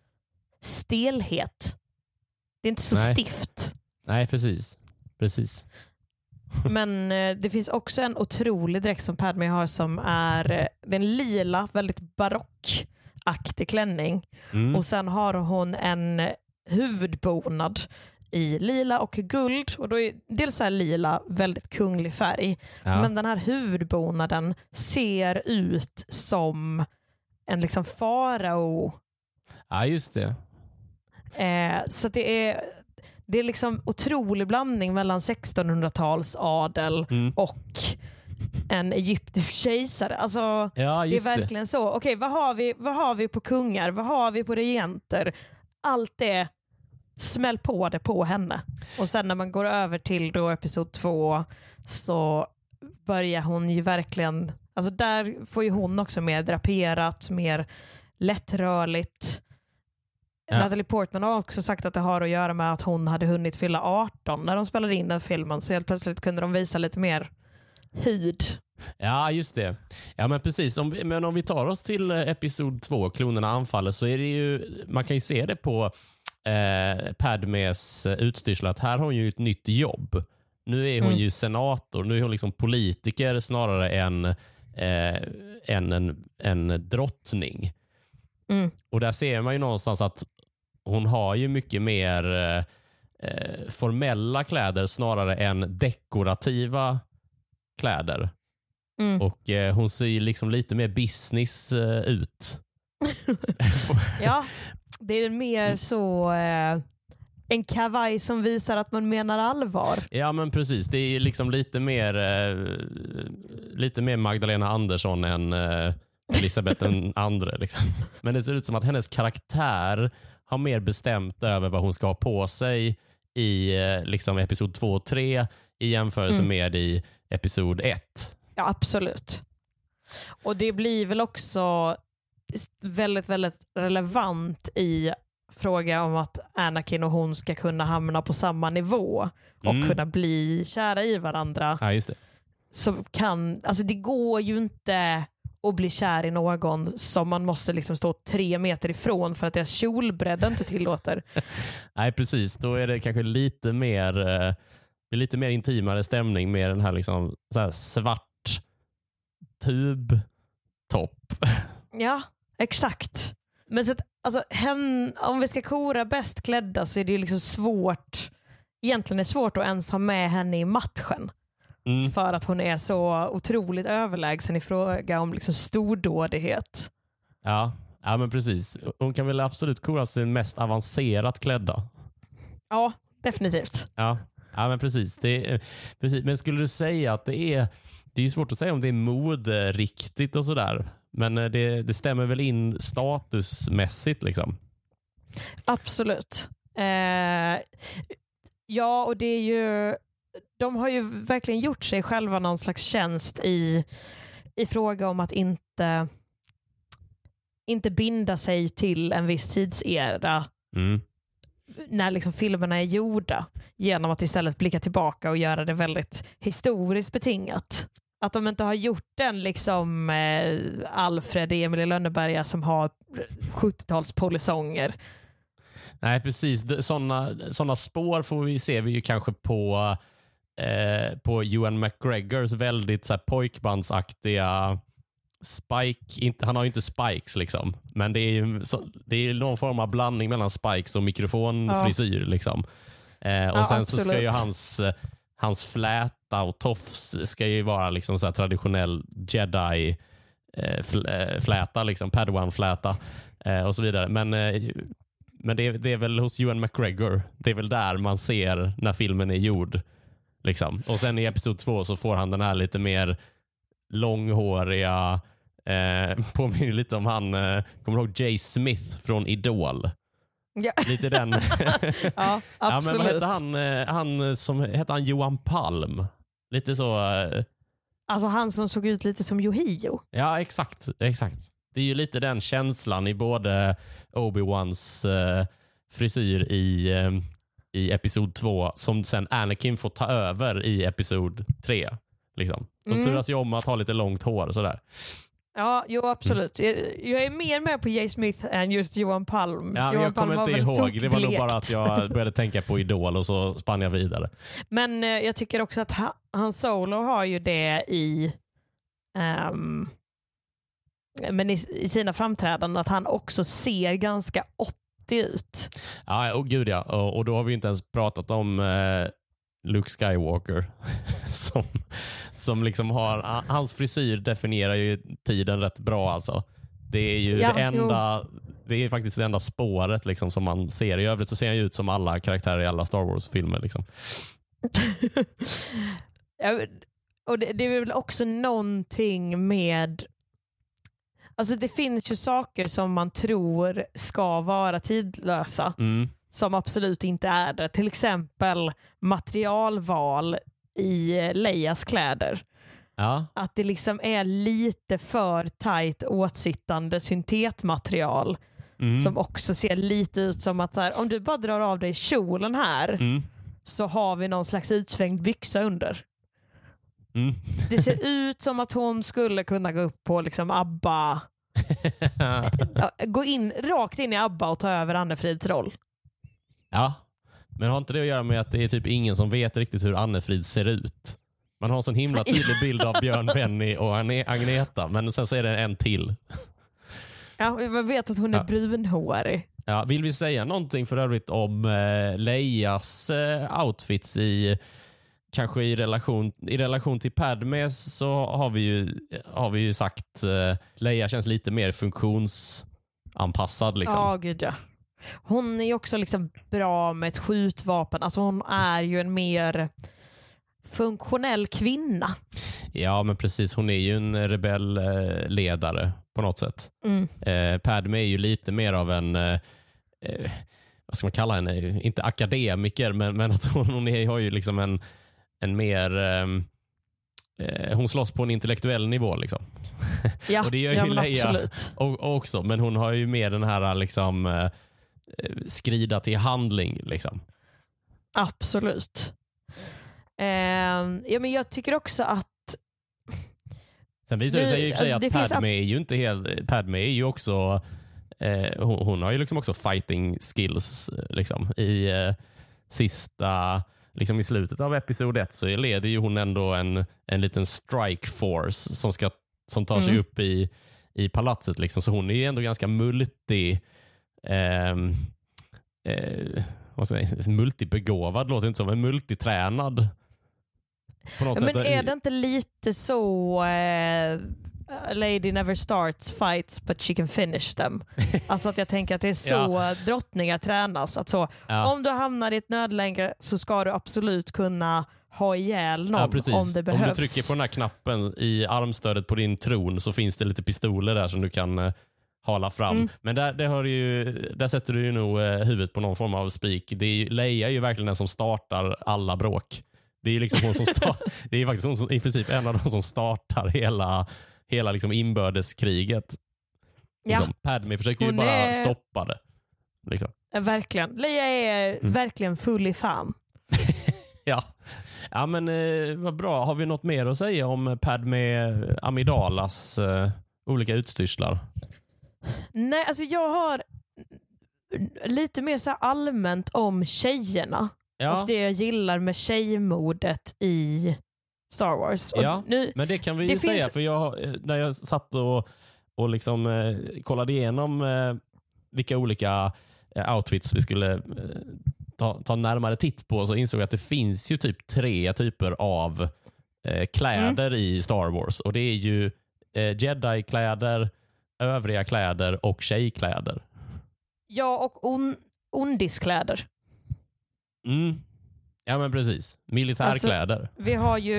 stelhet. Det är inte så Nej. stift. Nej, precis. Precis. Men eh, det finns också en otrolig dräkt som Padmé har som är eh, den lila, väldigt barockaktig klänning. Mm. Och sen har hon en huvudbonad i lila och guld. Och då är dels är lila väldigt kunglig färg. Ja. Men den här huvudbonaden ser ut som en liksom farao. Ja, just det. Eh, så det är det är liksom otrolig blandning mellan sextonhundratals adel Mm. och en egyptisk kejsare. Alltså, Ja, det är just det. verkligen så. Okej, vad har vi, vad har vi på kungar? Vad har vi på regenter? Allt det, smäll på det på henne. Och sen när man går över till då episod två så börjar hon ju verkligen, alltså där får ju hon också mer draperat, mer lättrörligt. Ja. Natalie Portman har också sagt att det har att göra med att hon hade hunnit fylla arton när de spelade in den filmen, så helt plötsligt kunde de visa lite mer hud. Ja, just det. Ja, men precis. Om vi, men om vi tar oss till episod två, klonerna anfaller, så är det ju, man kan ju se det på eh, Padmés utstyrsel att här har hon ju ett nytt jobb. Nu är hon Mm. ju senator, nu är hon liksom politiker snarare än, eh, än en, en drottning. Mm. Och där ser man ju någonstans att hon har ju mycket mer eh, formella kläder snarare än dekorativa kläder. Mm. Och eh, hon ser ju liksom lite mer business eh, ut. Ja, det är mer så eh, en kavaj som visar att man menar allvar. Ja, men precis. Det är ju liksom lite mer eh, lite mer Magdalena Andersson än eh, Elisabeth den andre. Liksom. Men det ser ut som att hennes karaktär har mer bestämt över vad hon ska ha på sig i eh, liksom episod två och tre i jämförelse Mm. med i episod ett. Ja, absolut. Och det blir väl också väldigt, väldigt relevant i fråga om att Anakin och hon ska kunna hamna på samma nivå och Mm. kunna bli kära i varandra. Ja, just det. Så kan, alltså det går ju inte att bli kär i någon som man måste liksom stå tre meter ifrån för att deras kjolbredd inte tillåter. Nej, precis. Då är det kanske lite mer eh, lite mer intimare stämning med den här liksom så här svart tubtopp. Ja, exakt. Men så att, alltså, hen, om vi ska kora bäst klädda så är det ju liksom svårt, egentligen är det svårt att ens ha med henne i matchen. Mm. För att hon är så otroligt överlägsen i fråga om liksom stordådighet. Ja. ja, men precis. Hon kan väl absolut kora sig mest avancerat klädda. Ja, definitivt. Ja, ja men precis. Det är, precis. Men skulle du säga att det är det är ju svårt att säga om det är moderiktigt och sådär. Men det, det stämmer väl in statusmässigt liksom. Absolut. Eh, ja, och det är ju de har ju verkligen gjort sig själva någon slags tjänst i, i fråga om att inte inte binda sig till en viss tidsera Mm. när liksom filmerna är gjorda, genom att istället blicka tillbaka och göra det väldigt historiskt betingat. Att de inte har gjort den liksom eh, Alfred i Emil i Lönneberga som har sjuttio-tals polisonger. Nej, precis. Sådana såna spår får vi se vi ju kanske på eh, på Ewan McGregors väldigt så här, pojkbandsaktiga Spike. Inte, han har ju inte spikes liksom, men det är ju så, det är någon form av blandning mellan spikes och mikrofonfrisyr ja. liksom. Eh, och ja, sen absolut. så ska ju hans hans fläta och tofs ska ju vara liksom så här traditionell Jedi eh, fläta liksom, Padawan fläta eh, och så vidare. Men eh, men det är, det är väl hos Ewan McGregor. Det är väl där man ser när filmen är gjord liksom. Och sen i episod två så får han den här lite mer långhåriga eh, påminner lite om han eh, kommer du ihåg Jay Smith från Idol. Ja. Lite den. Ja, absolut. Ja, men vad hette han, han som hette han Johan Palm? Lite så Alltså han som såg ut lite som Yohio. Ja, exakt. exakt. Det är ju lite den känslan i både Obi-Wans eh, frisyr i, eh, i episod två som sen Anakin får ta över i episod tre. Liksom. De Mm. turas ju om att ha lite långt hår och sådär. Ja, jo absolut. Mm. Jag, jag är mer med på Jay Smith än just Johan Palm. Ja, Johan jag kommer Palm inte var ihåg. Det var nog bara att blekt. jag började tänka på Idol och så spann jag vidare. Men eh, jag tycker också att ha, Han Solo har ju det i, um, men i, i sina framträdanden att han också ser ganska åttio ut. Ja, och gud ja. Och, och då har vi inte ens pratat om eh, Luke Skywalker som, som liksom har, hans frisyr definierar ju tiden rätt bra alltså. Det är ju Ja, det enda jo. Det är faktiskt det enda spåret liksom som man ser. I övrigt så ser han ju ut som alla karaktärer i alla Star Wars-filmer liksom. Ja, och det, det är väl också någonting med, alltså det finns ju saker som man tror ska vara tidlösa Mm. som absolut inte är det. Till exempel materialval i Leias kläder. Ja. Att det liksom är lite för tajt åtsittande syntetmaterial Mm. som också ser lite ut som att så här, om du bara drar av dig kjolen här Mm. så har vi någon slags utsvängd byxa under. Mm. Det ser ut som att hon skulle kunna gå upp på liksom ABBA, gå in rakt in i ABBA och ta över Anne-Frids roll. Ja, men har inte det att göra med att det är typ ingen som vet riktigt hur Anne-Frid ser ut? Man har en sån himla tydlig bild av Björn, Benny och Agneta, men sen så är det en till. Ja, jag vet att hon är Ja. brunhårig. Ja, vill vi säga någonting för övrigt om eh, Leias eh, outfits i kanske i relation i relation till Padme, så har vi ju har vi ju sagt eh, Leia känns lite mer funktionsanpassad liksom. Ja, gud ja. Hon är också liksom bra med ett skjutvapen. Alltså hon är ju en mer funktionell kvinna. Ja, men precis. Hon är ju en rebellledare på något sätt. Mm. Eh, Padme är ju lite mer av en eh, eh, vad ska man kalla henne? Inte akademiker, men, men att hon, hon är, har ju liksom en, en mer eh, eh, hon slåss på en intellektuell nivå liksom. Ja, och det gör ja ju men Leia absolut. och, och också, men hon har ju mer den här liksom eh, skrida till handling liksom. Absolut. Eh, ja, men jag tycker också att Sen visar det sig ju i och för sig alltså, att Padme finns... är ju inte helt, Padme är ju också eh, hon, hon har ju liksom också fighting skills liksom. I eh, sista liksom i slutet av episod ett så leder ju hon ändå en, en liten strike force som ska som tar sig Mm. upp i, i palatset liksom. Så hon är ju ändå ganska multi ehm, eh, vad säger jag, multibegåvad låter inte som, en multitränad på något Ja, men sätt. är det inte lite så eh, Lady never starts fights but she can finish them? Alltså att jag tänker att det är så Ja. drottningar tränas. Att så, Ja. om du hamnar i ett nödläge så ska du absolut kunna ha ihjäl någon Ja, precis. om det behövs. Om du trycker på den här knappen i armstödet på din tron så finns det lite pistoler där som du kan eh, hala fram. Mm. Men där, det har du ju, där sätter du ju nog eh, huvudet på någon form av spik. Det är ju, Leia är ju verkligen den som startar alla bråk. Det är ju liksom hon som sta- det är faktiskt hon som, i princip en av de som startar hela, hela liksom inbördeskriget. Ja. Liksom. Padme försöker ju Hon bara är- stoppa det. Liksom. Ja, verkligen. Leia är Mm. verkligen full i fan. Ja, ja men eh, vad bra. Har vi något mer att säga om Padme Amidalas eh, olika utstyrslar? Nej, alltså jag har lite mer så här allmänt om tjejerna. Ja, Och det jag gillar med tjejmodet i Star Wars. Och Ja. nu, men det kan vi det ju säga finns- för jag, när jag satt och, och liksom, eh, kollade igenom eh, vilka olika eh, outfits vi skulle eh, ta, ta närmare titt på så insåg jag att det finns ju typ tre typer av eh, kläder i Star Wars. Och det är ju eh, Jedi-kläder, övriga kläder och tjejkläder. ja, och on, ondiskläder. Mm. Ja men precis. Militärkläder. Vi har ju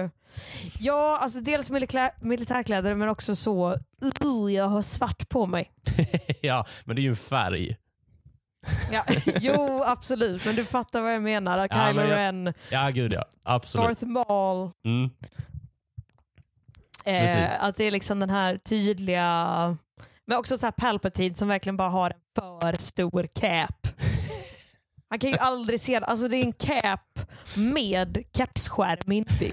ja, alltså dels militär, militärkläder men också så uh, jag har svart på mig. Ja, men det är ju en färg. Ja, jo, absolut. Men du fattar vad jag menar. Ja, Kylo men jag- Ren, Ja, gud ja. Absolut. Darth Maul. Mm. Eh, att det är liksom den här tydliga, men också så här Palpatine som verkligen bara har en för stor cap. Han kan ju aldrig se det. Alltså det är en cap med kepsskärm inbyggd.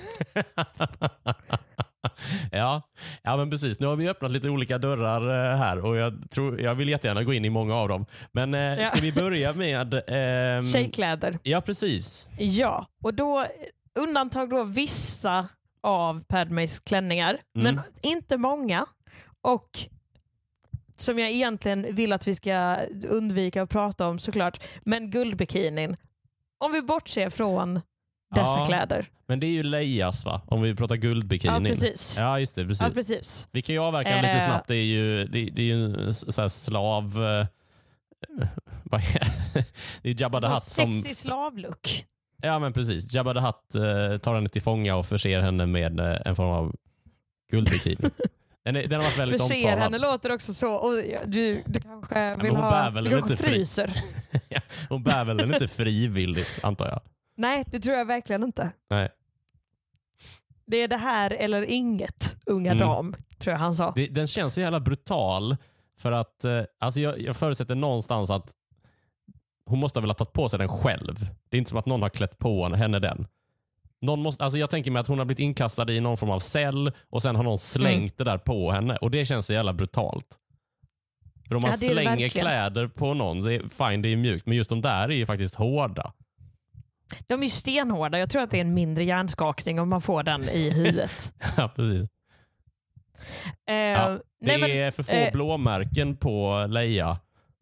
ja. ja, men precis. Nu har vi öppnat lite olika dörrar här och jag, tror, jag vill jättegärna gå in i många av dem. Men eh, ja. ska vi börja med... Ehm... Tjejkläder. Ja, precis. Ja, och då undantag då vissa av Padmés klänningar, mm. men inte många. Och som jag egentligen vill att vi ska undvika att prata om såklart, men guldbikinin. Om vi bortser från dessa ja, kläder. Men det är ju Leias, va? Om vi pratar guldbikinin. Ja, precis. Ja, just det. Precis. Ja, precis. Vi kan ju avverka eh, lite snabbt. Det är ju, det, det är ju en så här slav... Eh, vad är det? Det är Jabba the Hutt som... Sexy slavlook. Ja, men precis. Jabba the Hutt eh, tar henne till fånga och förser henne med eh, en form av guldbikini. Den, är, den har varit väldigt förser omtalad. Henne låter också så. Och du, du kanske vill ja, ha... Du kanske fryser. Fri. ja, hon bär väl den inte frivilligt, antar jag. Nej, det tror jag verkligen inte. Nej. Det är det här eller inget, unga mm. dam, tror jag han sa. Det, den känns så jävla brutal för att eh, alltså jag, jag förutsätter någonstans att hon måste ha velat tagit på sig den själv. Det är inte som att någon har klätt på henne den. Någon måste, alltså jag tänker mig att hon har blivit inkastad i någon form av cell och sen har någon slängt mm. det där på henne. Och det känns så jävla brutalt. För om man ja, slänger kläder på någon, det är, fine, det är mjukt. Men just de där är ju faktiskt hårda. De är ju stenhårda. Jag tror att det är en mindre hjärnskakning om man får den i huvudet. ja, precis. Eh, ja, det nej, men, är för få eh, blåmärken på Leia.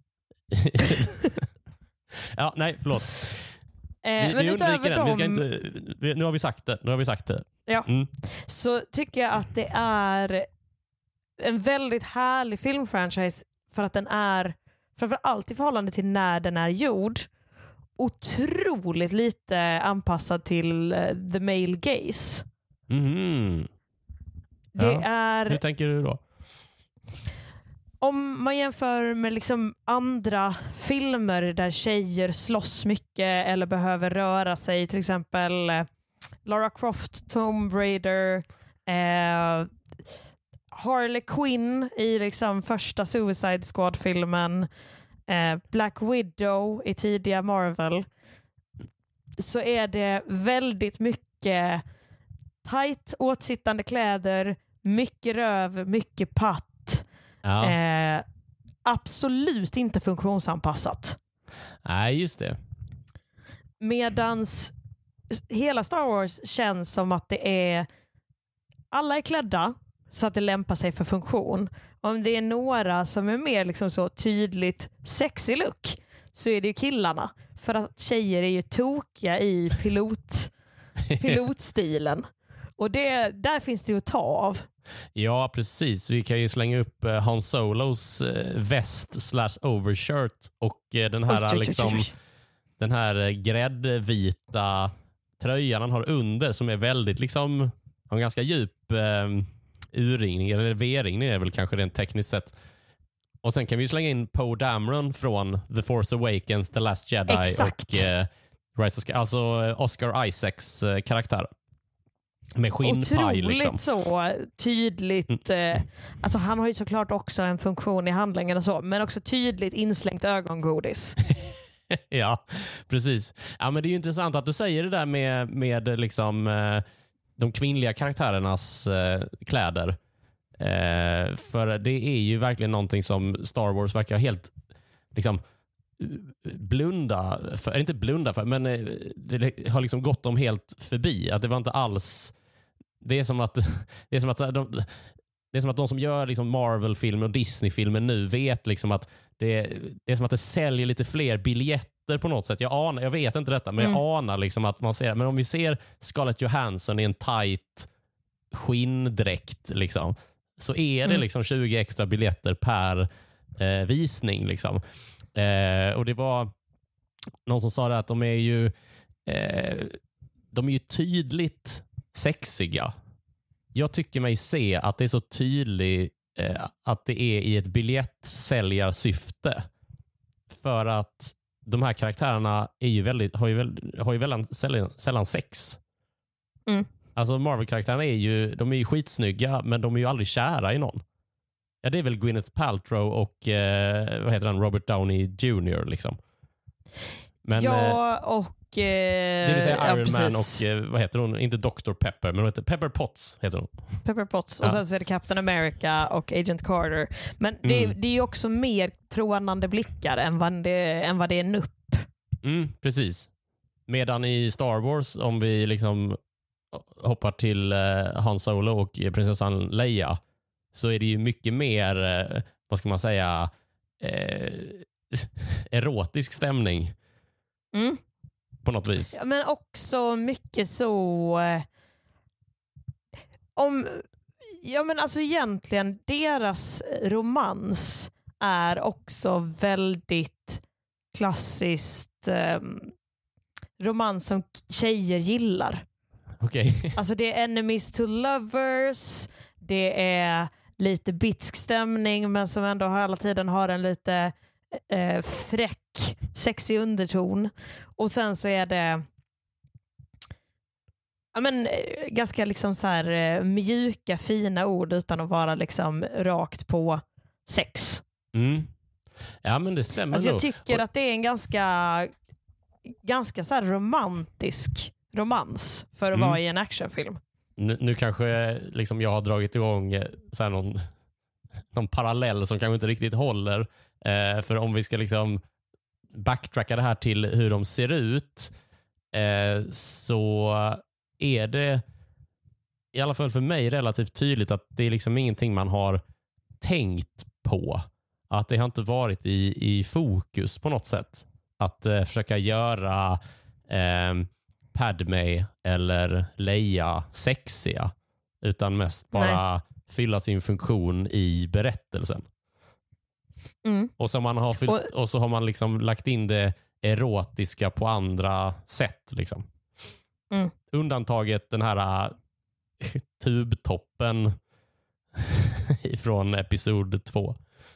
ja, nej, förlåt. Eh, vi, men vi undviker den. Dem, vi ska inte, vi, nu har vi sagt det. Nu har vi sagt det. Ja. Mm. Så tycker jag att det är en väldigt härlig filmfranchise för att den är, framförallt i förhållande till när den är gjord, otroligt lite anpassad till uh, the male gaze. Mm. Det ja. är... Hur tänker du då? Om man jämför med liksom andra filmer där tjejer slåss mycket eller behöver röra sig, till exempel eh, Lara Croft, Tomb Raider, eh, Harley Quinn i liksom första Suicide Squad-filmen, eh, Black Widow i tidiga Marvel, så är det väldigt mycket tight åtsittande kläder, mycket röv, mycket patt. Ja. Eh, absolut inte funktionsanpassat. Nej, just det. Medans hela Star Wars känns som att det är alla är klädda så att det lämpar sig för funktion. Om det är några som är mer liksom så tydligt sexy look så är det ju killarna. För att tjejer är ju tokiga i pilot, pilotstilen. Och det, där finns det ju att ta av. Ja, precis. Vi kan ju slänga upp uh, Han Solos uh, väst slash overshirt och uh, den här oj, oj, liksom oj, oj. den här uh, gräddvita tröjan han har under som är väldigt liksom har en ganska djup uh, urringning eller V-ringning är väl kanske rent tekniskt sett. Och sen kan vi slänga in Poe Dameron från The Force Awakens, The Last Jedi exakt. och uh, Rise of Sky, alltså Oscar Isaacs uh, karaktär. Med skinnpaj otroligt liksom. Så tydligt. Mm. Eh, alltså han har ju såklart också en funktion i handlingen och så, men också tydligt inslängt ögongodis. ja, precis. Ja, men det är ju intressant att du säger det där med, med liksom, eh, de kvinnliga karaktärernas eh, kläder. Eh, för det är ju verkligen någonting som Star Wars verkar helt liksom blunda för, inte blunda för, men eh, det har liksom gått dem helt förbi. Att det var inte alls det är som att det är som att de, det är som att de som gör liksom Marvel-filmer och Disney-filmer nu vet liksom att det, det är som att det säljer lite fler biljetter på något sätt. Jag anar, jag vet inte detta, men mm. jag anar liksom att man ser, men om vi ser Scarlett Johansson i en tight skinndräkt liksom, så är det mm. liksom tjugo extra biljetter per eh, visning liksom. Eh, och det var någon som sa det att de är ju eh, de är ju tydligt sexiga. Jag tycker mig se att det är så tydligt eh, att det är i ett biljettsäljarsyfte. För att de här karaktärerna är ju väldigt, har ju, väl, har ju väldigt sällan, sällan sex. Mm. Alltså Marvel-karaktärerna är ju, de är ju skitsnygga, men de är ju aldrig kära i någon. Ja, det är väl Gwyneth Paltrow och eh, vad heter han, Robert Downey junior liksom. Men, ja, och... Eh, det vill säga Iron ja, Man och eh, vad heter hon? Inte doktor Pepper, men vad heter Pepper Potts heter hon. Pepper Potts. Ja. Och sen så är det Captain America och Agent Carter. Men det, Mm. det är ju också mer trånande blickar än vad det, än vad det är nupp. Mm, precis. Medan i Star Wars, om vi liksom hoppar till eh, Han Solo och prinsessan Leia, så är det ju mycket mer, eh, vad ska man säga, eh, erotisk stämning. Mm. På något vis. Ja, men också mycket så... Eh, om... Ja, men alltså egentligen, deras romans är också väldigt klassiskt eh, romans som tjejer gillar. Okej. Okay. Alltså det är enemies to lovers, det är lite bitsk stämning men som ändå hela tiden har en lite eh, fräck, sexig underton. Och sen så är det ja, men, ganska liksom så här mjuka, fina ord utan att vara liksom rakt på sex. Mm. Ja, men det stämmer alltså, jag nog. tycker Och... att det är en ganska ganska så här romantisk romans för att Mm. vara i en actionfilm. Nu, nu kanske liksom jag har dragit igång så här någon, någon parallell som kanske inte riktigt håller. Eh, för om vi ska liksom backtracka det här till hur de ser ut eh, så är det i alla fall för mig relativt tydligt att det är liksom ingenting man har tänkt på. Att det har inte varit i, i fokus på något sätt. Att eh, försöka göra eh, Padme eller Leia sexiga utan mest bara Nej. fylla sin funktion i berättelsen. Mm. Och, så man har fyllt, och, och så har man liksom lagt in det erotiska på andra sätt. Liksom. Mm. Undantaget den här uh, tubtoppen från episod två.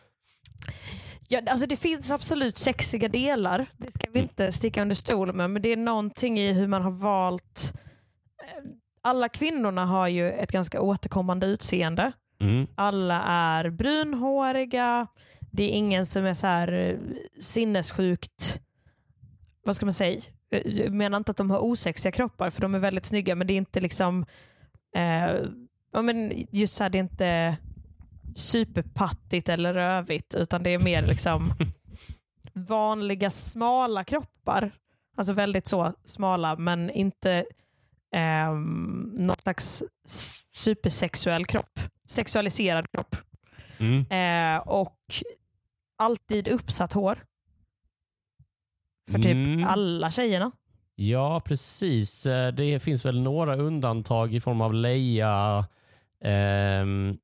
Ja, alltså det finns absolut sexiga delar. Det ska vi inte sticka under stol med. Men det är någonting i hur man har valt. Alla kvinnorna har ju ett ganska återkommande utseende. Mm. Alla är brunhåriga. Det är ingen som är så här sinnessjukt. Vad ska man säga? Jag menar inte att de har osexiga kroppar. För de är väldigt snygga. Men det är inte liksom. Eh, ja, men just så här, det är inte superpattigt eller rövigt utan det är mer liksom vanliga smala kroppar, alltså väldigt så smala men inte eh, någon slags supersexuell kropp, sexualiserad kropp. Mm. Eh, och alltid uppsatt hår för typ mm. alla tjejerna. Ja, precis. Det finns väl några undantag i form av Leia ehm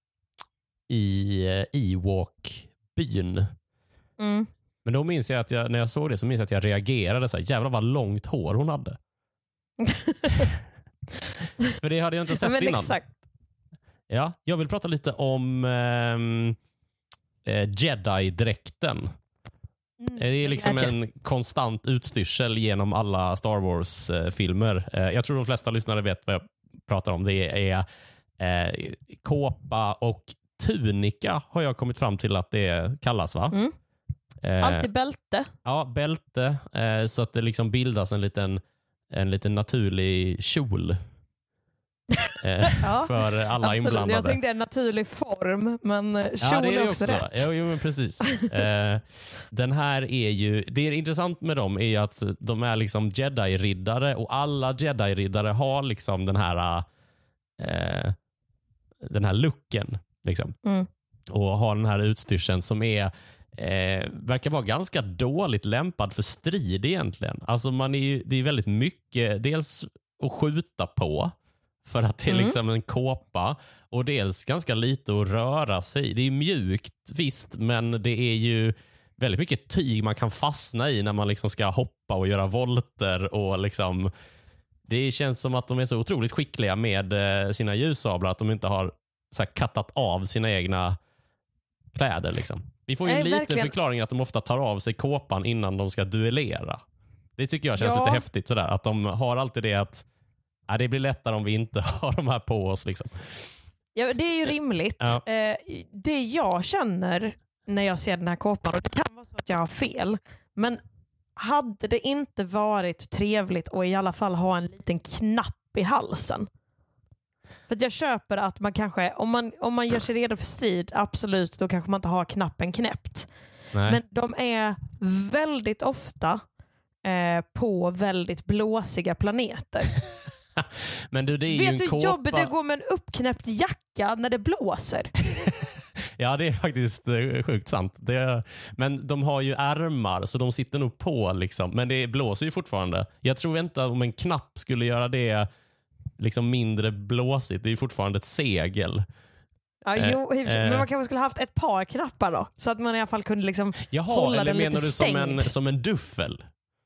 i Ewok-byn. Mm. Men då minns jag att jag, när jag såg det så minns jag att jag reagerade så här, jävlar vad långt hår hon hade. För det hade jag inte sett ja, innan. Exakt. Ja, jag vill prata lite om um, eh, Jedi-dräkten. Mm. Det är liksom en konstant utstyrsel genom alla Star Wars-filmer. Eh, jag tror de flesta lyssnare vet vad jag pratar om. Det är eh, kåpa och tunika har jag kommit fram till att det kallas, va? Mm. Eh, Alltid bälte. Ja, bälte. Eh, så att det liksom bildas en liten, en liten naturlig kjol. Eh, ja, för alla absolut. Inblandade. Jag tänkte en naturlig form, men kjol ja, det är, är också, också rätt. Ja, jo, men precis. eh, den här är ju, det är intressant med dem är att de är liksom Jedi-riddare och alla Jedi-riddare har liksom den här eh, den här looken. Liksom. Mm. Och har den här utstyrseln som är eh, verkar vara ganska dåligt lämpad för strid egentligen. Alltså man är ju, det är väldigt mycket dels att skjuta på för att det är mm. liksom en kåpa och dels ganska lite att röra sig. Det är mjukt visst, men det är ju väldigt mycket tyg man kan fastna i när man liksom ska hoppa och göra volter och liksom det känns som att de är så otroligt skickliga med eh, sina ljussablar att de inte har så här kattat av sina egna kläder liksom. Vi får ju en liten verkligen... förklaring att de ofta tar av sig kåpan innan de ska duellera. Det tycker jag känns ja. lite häftigt sådär. Att de har alltid det att Ja, det blir lättare om vi inte har de här på oss. Liksom. Ja, det är ju rimligt. Ja. Eh, det jag känner när jag ser den här kåpan, och det kan vara så att jag har fel, men hade det inte varit trevligt att i alla fall ha en liten knapp i halsen? För att jag köper att man kanske, om man, om man gör sig redo för strid, absolut, då kanske man inte har knappen knäppt. Nej. Men de är väldigt ofta eh, på väldigt blåsiga planeter. Men du, det är Vet ju en du hur kåpa... jobbigt det går med en uppknäppt jacka när det blåser? Ja, det är faktiskt eh, sjukt sant. Det är... Men de har ju ärmar så de sitter nog på liksom. Men det blåser ju fortfarande. Jag tror inte att om en knapp skulle göra det liksom mindre blåsigt. Det är ju fortfarande ett segel. Ja, eh, jo, men man kanske skulle haft ett par knappar då. Så att man i alla fall kunde liksom Jaha, hålla eller den menar lite du stängd. som en, som en duffel?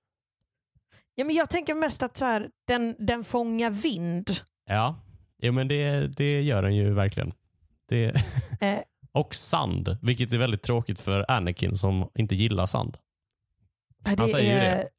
Ja, men jag tänker mest att så här, den, den fångar vind. Ja, ja men det, det gör den ju verkligen. Det... Eh. Och sand, vilket är väldigt tråkigt för Anakin som inte gillar sand. Det Han säger är... ju det.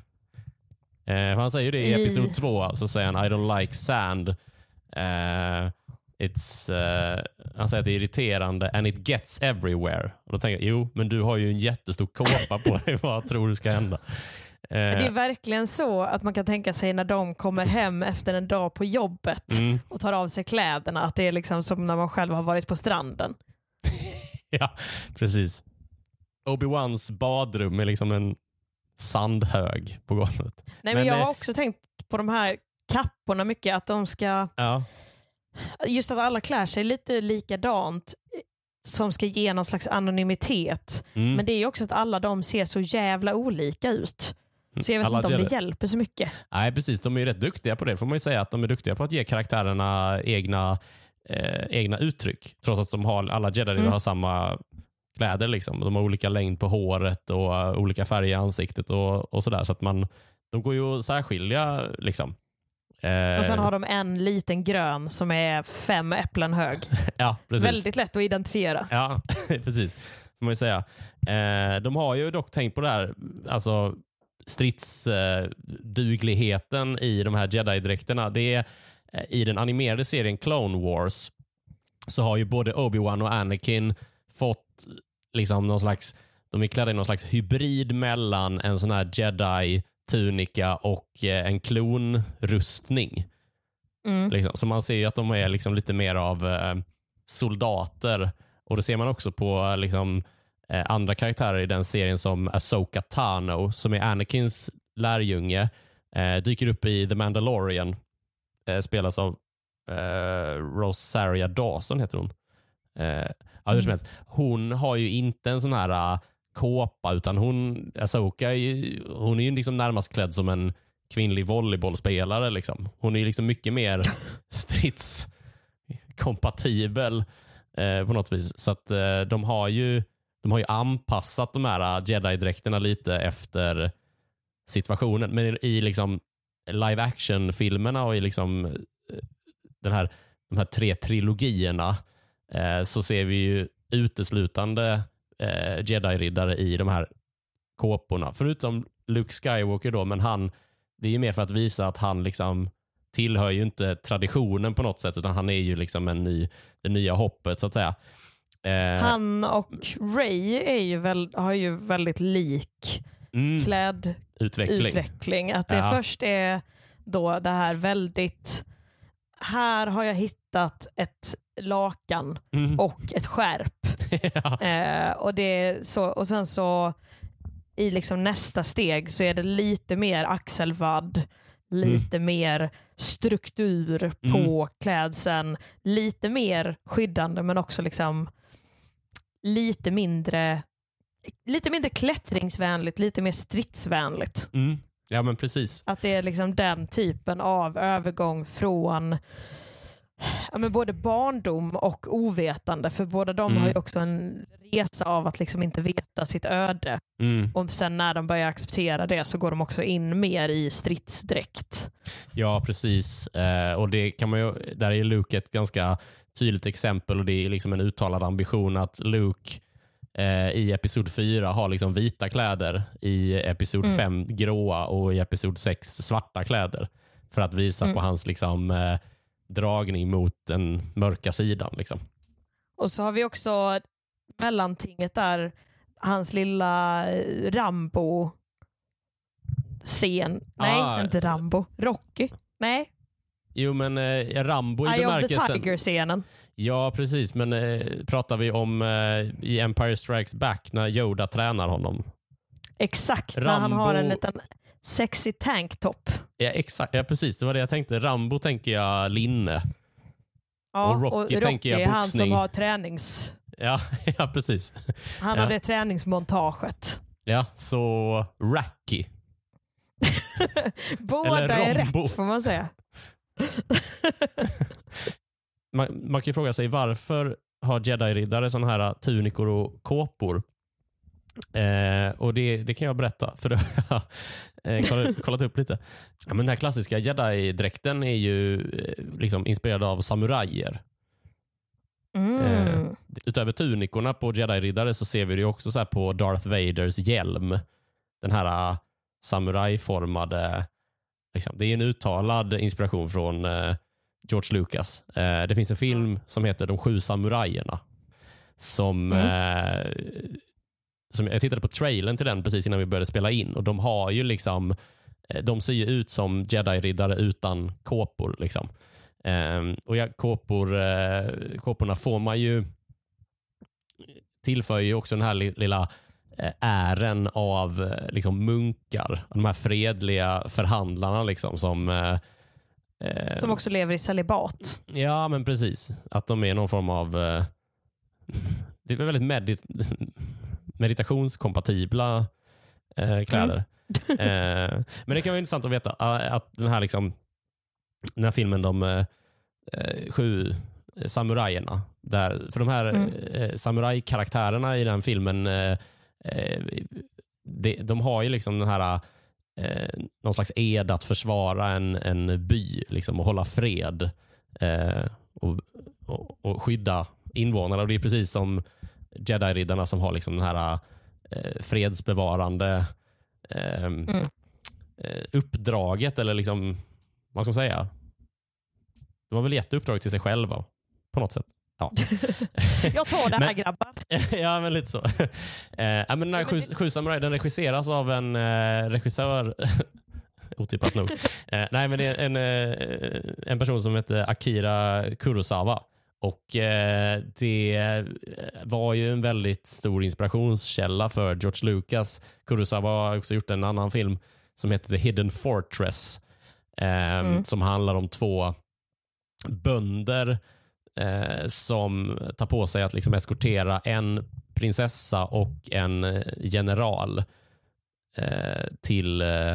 Eh, han säger ju det i, i episod två, så säger han I don't like sand. Uh, it's, uh, han säger att det är irriterande and it gets everywhere. Och då tänker jag, jo, men du har ju en jättestor kåpa på dig. Vad tror du ska hända? Uh, det är verkligen så att man kan tänka sig när de kommer hem efter en dag på jobbet mm. och tar av sig kläderna, att det är liksom som när man själv har varit på stranden. Ja, precis. Obi-Wans badrum är liksom en sandhög på golvet. Nej, men, men jag har också tänkt på de här kapporna mycket, att de ska... Ja. Just att alla klär sig lite likadant som ska ge någon slags anonymitet. Mm. Men det är ju också att alla de ser så jävla olika ut. Så jag vet alla inte om det hjälper så mycket. Nej, precis. De är ju rätt duktiga på det. Får man ju säga att de är duktiga på att ge karaktärerna egna, eh, egna uttryck. Trots att de har, alla Jedi mm. har samma kläder. Liksom. De har olika längd på håret och uh, olika färger i ansiktet och, och sådär. Så att man, de går ju att särskilja liksom. Och sen har de en liten grön som är fem äpplen hög. Ja, precis. Väldigt lätt att identifiera. Ja, precis. Får man ju säga. Eh, de har ju dock tänkt på det här, alltså stridsdugligheten eh, i de här Jedi-dräkterna. Det är eh, i den animerade serien Clone Wars så har ju både Obi-Wan och Anakin fått liksom någon slags, de är klädda i någon slags hybrid mellan en sån här Jedi tunika och eh, en klonrustning. Mm. Liksom. Så man ser ju att de är liksom lite mer av eh, soldater. Och det ser man också på liksom, eh, andra karaktärer i den serien som Ahsoka Tano, som är Anakins lärjunge, eh, dyker upp i The Mandalorian. Eh, spelas av eh, Rosaria Dawson heter hon. Eh, ja, hur som helst. Hon har ju inte en sån här uh, kåpa, utan hon, Ahsoka är ju, hon är ju liksom närmast klädd som en kvinnlig volleybollspelare. Liksom. Hon är ju liksom mycket mer stridskompatibel eh, på något vis. Så att eh, de har ju de har ju anpassat de här Jedi-dräkterna lite efter situationen. Men i, i liksom live action-filmerna och i liksom eh, den här, de här tre trilogierna eh, så ser vi ju uteslutande eh, Jedi-riddare i de här kåporna. Förutom Luke Skywalker då, men han, det är ju mer för att visa att han liksom tillhör ju inte traditionen på något sätt, utan han är ju liksom en ny, det nya hoppet så att säga. Eh, han och Rey är ju väl, har ju väldigt lik mm, klädutveckling. Utveckling. Att det ja. först är då det här väldigt, här har jag hittat ett lakan mm. och ett skärp. ja. eh, och, det är så, och sen så i liksom nästa steg så är det lite mer axelvadd, lite mm. mer struktur på mm. klädseln, lite mer skyddande, men också liksom lite mindre lite mindre klättringsvänligt, lite mer stridsvänligt. Mm. Ja, men precis. Att det är liksom den typen av övergång från ja, men både barndom och ovetande, för båda de mm. har ju också en resa av att liksom inte veta sitt öde. Mm. Och sen när de börjar acceptera det så går de också in mer i stridsdräkt. Ja, precis. Eh, och det kan man ju, där är ju Luke ett ganska tydligt exempel, och det är liksom en uttalad ambition att Luke eh, i episod fyra har liksom vita kläder, i episod mm. fem gråa och i episod sex svarta kläder. för att visa mm. på hans liksom, eh, dragning mot den mörka sidan. Liksom. Och så har vi också mellantinget där, hans lilla Rambo-scen. Nej, ah, inte Rambo. Rocky. Nej. Jo, men eh, Rambo i bemärkelsen. Eye of the Tiger-scenen. Ja, precis. Men eh, pratar vi om eh, i Empire Strikes Back när Yoda tränar honom? Exakt, Rambo... när han har en liten sexy tanktop. Ja, exakt. Ja, precis. Det var det jag tänkte. Rambo tänker jag linne. Ja, och Rocky, och Rocky tänker jag boxning. Han som har tränings... Ja, ja precis. Han ja. har det träningsmontaget. Ja, så Racky. Båda är rätt, får man säga. man, man kan ju fråga sig varför har Jedi-riddare sådana här tunikor och kåpor? Eh, och det, det kan jag berätta, för det har jag eh, kollat, kollat upp lite. Ja, men den här klassiska Jedi-dräkten är ju eh, liksom inspirerad av samurajer. Mm. Eh, utöver tunikorna på Jedi-riddare så ser vi det också så här på Darth Vaders hjälm. Den här uh, samurajformade, liksom, det är en uttalad inspiration från uh, George Lucas. Uh, det finns en film som heter De sju samurajerna som, mm. uh, som jag tittade på trailern till den precis innan vi började spela in, och de har ju liksom uh, de ser ju ut som Jedi-riddare utan kåpor liksom. Um, och ja, kåpor, uh, kåporna får man ju tillför ju också den här lilla uh, ären av uh, liksom munkar, de här fredliga förhandlarna liksom, som uh, uh, som också lever i celibat. Ja, men precis. Att de är någon form av uh, det är väldigt medit- meditationskompatibla uh, kläder. Mm. uh, men det kan vara intressant att veta uh, att den här liksom den här filmen, de eh, sju samurajerna där, för de här mm. eh, samurajkaraktärerna i den filmen eh, de, de har ju liksom den här eh, någon slags ed att försvara en, en by liksom, och hålla fred eh, och, och, och skydda invånarna, och det är precis som Jedi-riddarna som har liksom den här eh, fredsbevarande eh, mm. eh, uppdraget, eller liksom vad ska man säga? De har väl gett uppdrag till sig själva på något sätt. Ja. Jag tar det här, men, grabbar. Ja, men lite så. eh, men den här sju, sju samurai, den regisseras av en eh, regissör otippat nog. Eh, nej, men det är en, eh, en person som heter Akira Kurosawa. Och eh, det var ju en väldigt stor inspirationskälla för George Lucas. Kurosawa har också gjort en annan film som heter The Hidden Fortress. Eh, mm. Som handlar om två bönder eh, som tar på sig att liksom eskortera en prinsessa och en general eh, till eh,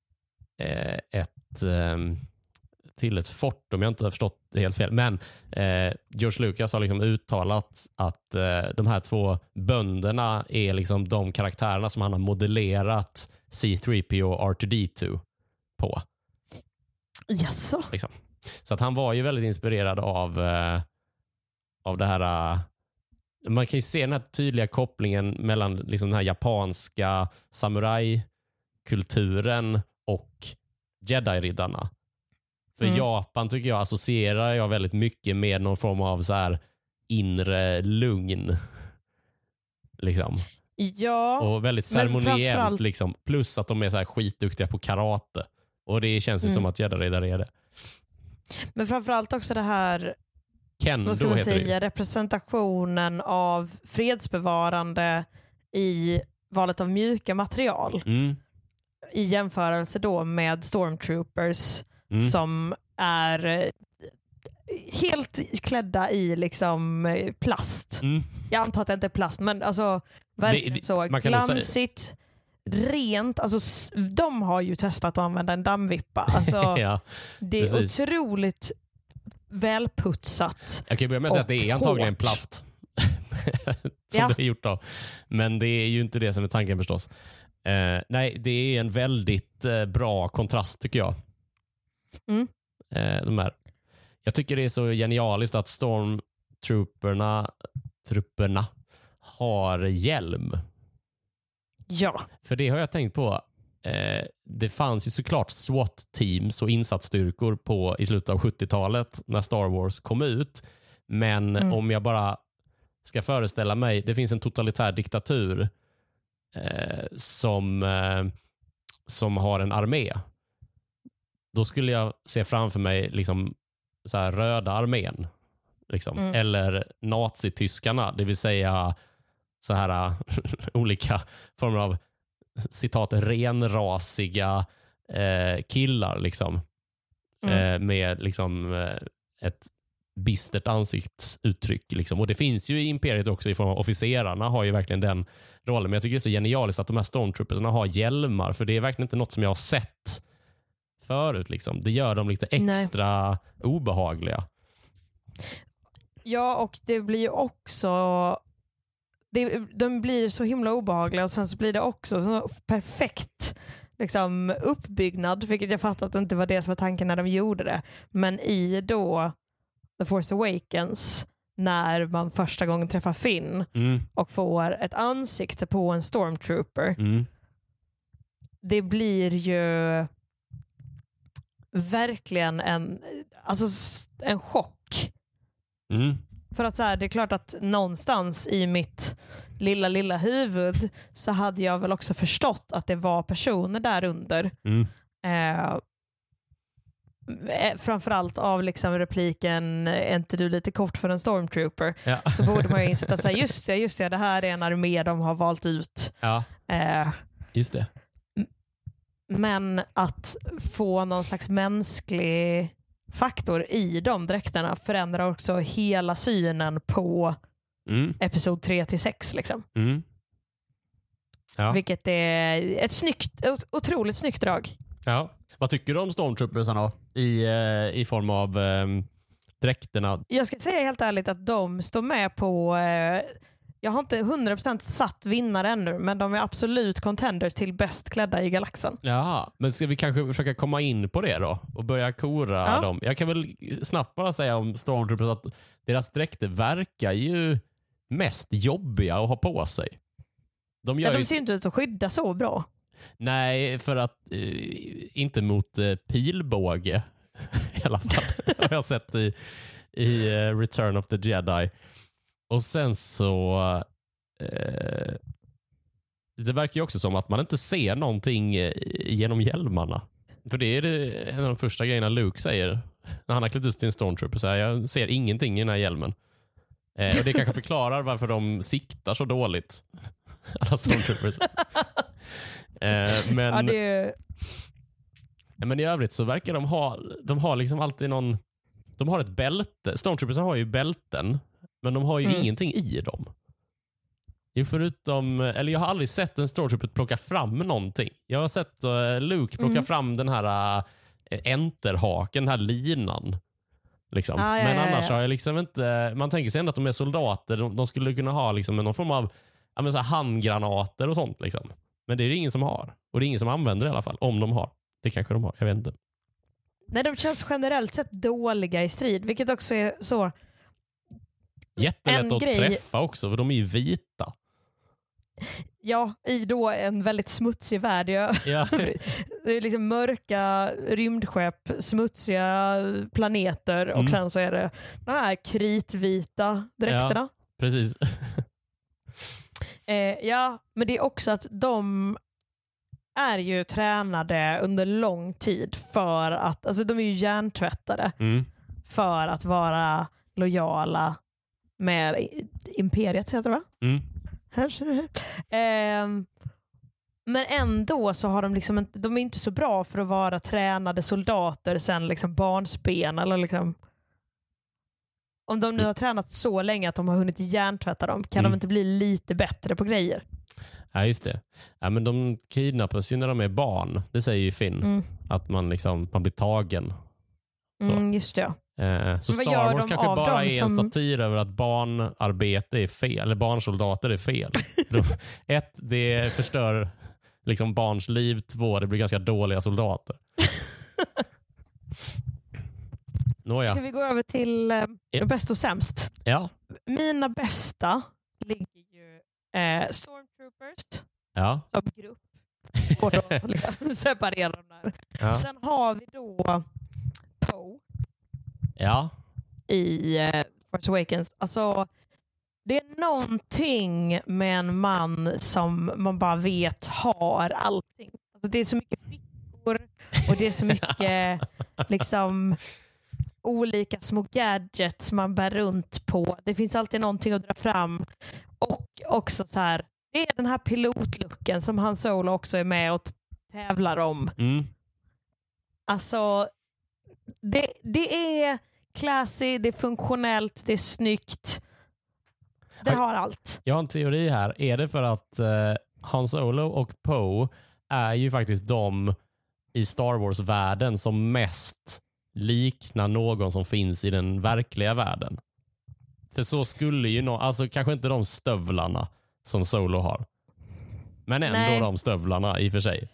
ett eh, till ett fort, om jag inte har förstått det helt fel. Men eh, George Lucas har liksom uttalat att eh, de här två bönderna är liksom de karaktärerna som han har modellerat C tre P O och R two D two på. Jaså? Liksom. Så att han var ju väldigt inspirerad av eh, av det här. Uh, man kan ju se den här tydliga kopplingen mellan liksom den här japanska samurajkulturen och Jedi-riddarna. För mm. Japan tycker jag associerar jag väldigt mycket med någon form av så här inre lugn. Liksom. Ja. Och väldigt ceremoniellt liksom. Plus att de är så här skitduktiga på karate. Och det känns ju mm. som att Jedi-riddare är det. Men framförallt också det här Kendo, vad ska man säga, det. representationen av fredsbevarande i valet av mjuka material. Mm. I jämförelse då med stormtroopers mm. som är helt klädda i liksom plast. Mm. Jag antar att det inte är plast, men alltså verkligen det, det, så glansigt, rent. Alltså de har ju testat att använda en dammvippa. Alltså, ja, det är precis. Otroligt välputsat. Jag kan börja med att säga att det är antagligen hårt. Plast. som ja. det är gjort av. Men det är ju inte det som är tanken förstås. Uh, nej, det är en väldigt uh, bra kontrast tycker jag. Mm. Uh, de här. Jag tycker det är så genialiskt att stormtrooperna trupperna har hjälm. Ja. För det har jag tänkt på. eh, det fanns ju såklart SWAT-teams och insatsstyrkor på, i slutet av sjuttiotalet när Star Wars kom ut. Men mm. om jag bara ska föreställa mig, det finns en totalitär diktatur eh, som, eh, som har en armé. Då skulle jag se framför mig liksom så här röda armén. Liksom. Mm. Eller nazityskarna, det vill säga så här olika former av citat renrasiga eh, killar liksom. Mm. Eh, med liksom eh, ett bistert ansiktsuttryck liksom. Och det finns ju i Imperiet också i form av officerarna har ju verkligen den rollen. Men jag tycker det är så genialiskt att de här stormtroopersna har hjälmar, för det är verkligen inte något som jag har sett förut liksom. Det gör dem lite extra Nej. obehagliga. Ja, och det blir ju också det, de blir så himla obehagliga och sen så blir det också så perfekt liksom uppbyggnad, vilket jag fattar att det inte var det som var tanken när de gjorde det. Men i då The Force Awakens, när man första gången träffar Finn mm. och får ett ansikte på en stormtrooper, mm. det blir ju verkligen en, alltså en chock. Mm. För att så här, det är klart att någonstans i mitt lilla, lilla huvud så hade jag väl också förstått att det var personer där under. Mm. Eh, framförallt av liksom repliken är inte du lite kort för en stormtrooper, ja. Så borde man ju inse att så här, just det, just det, det här är en armé de har valt ut. Ja. Eh, just det. Men att få någon slags mänsklig faktor i de dräkterna förändrar också hela synen på mm. episod tre till sex liksom. Mm. Ja. Vilket är ett snyggt, ett otroligt snyggt drag. Ja. Vad tycker du om stormtroopersarna i, i form av eh, dräkterna? Jag ska säga helt ärligt att de står med på eh, jag har inte hundra procent satt vinnare ännu, men de är absolut contenders till bäst klädda i galaxen. Ja, men ska vi kanske försöka komma in på det då och börja kora ja. dem? Jag kan väl snabbt bara säga om stormtroopers att deras dräkter verkar ju mest jobbiga att ha på sig. De, gör ja, de ju... ser inte ut att skydda så bra. Nej, för att eh, inte mot eh, pilbåge i alla fall. har jag sett i, i uh, Return of the Jedi. Och sen så eh, det verkar ju också som att man inte ser någonting genom hjälmarna. För det är det, en av de första grejerna Luke säger när han har klätt ut sin stormtrooper. Så här, jag ser ingenting i den här hjälmen. Eh, och det kanske förklarar varför de siktar så dåligt. Alla stormtroopers. eh, men, ja, det... men i övrigt så verkar de ha de har liksom alltid någon, de har ett bälte. Stormtroopers har ju bälten. Men de har ju mm. ingenting i dem. Jo, förutom, eller jag har aldrig sett en stormtrooper plocka fram någonting. Jag har sett uh, Luke plocka mm. fram den här uh, enterhaken, den här linan. Liksom. Ah, ja, men ja, annars ja. har jag liksom inte... Man tänker sig ändå att de är soldater. De, de skulle kunna ha liksom någon form av ja, men så här handgranater och sånt. Liksom. Men det är det ingen som har. Och det är ingen som använder i alla fall. Om de har. Det kanske de har, jag vet inte. Nej, de känns generellt sett dåliga i strid. Vilket också är så... Jättelätt en att grej... träffa också, för de är ju vita. Ja, i då en väldigt smutsig värld. Ja. Det är liksom mörka rymdskepp, smutsiga planeter och mm. sen så är det de här kritvita dräkterna. Ja, precis. eh, ja, men det är också att de är ju tränade under lång tid för att, alltså de är ju hjärntvättade mm. för att vara lojala med imperiet, heter det va? Mm. eh, men ändå så har de liksom inte, de är inte så bra för att vara tränade soldater sen liksom barnsben eller liksom om de nu har tränat så länge att de har hunnit hjärntvätta dem, kan mm. de inte bli lite bättre på grejer? Ja, just det. Ja, men de kidnappas ju när de är barn. Det säger ju Finn. Mm. Att man liksom man blir tagen. Så. Mm, just det. Eh, så Star Wars kanske bara är som... en satir över att barnarbete är fel, eller barnsoldater är fel. Ett, det förstör liksom barns liv. Två, det blir ganska dåliga soldater. Nåja. Ska vi gå över till eh, ja. bäst och sämst? Ja. Mina bästa ligger ju eh, Stormtroopers ja. som grupp. Svårt att liksom separera dem där. Ja. Sen har vi då Poe Ja. i uh, Force Awakens. Alltså, det är någonting med en man som man bara vet har allting. Alltså, det är så mycket fickor och det är så mycket liksom olika små gadgets man bär runt på. Det finns alltid någonting att dra fram. Och också så här, det är den här pilotlucken som Han Solo också är med och tävlar om. Mm. Alltså, det, det är classy, det är funktionellt, det är snyggt. Det har allt. Jag har en teori här. Är det för att uh, Han Solo och Poe är ju faktiskt de i Star Wars-världen som mest liknar någon som finns i den verkliga världen? För så skulle ju någon, alltså kanske inte de stövlarna som Solo har. Men ändå Nej. de stövlarna i och för sig.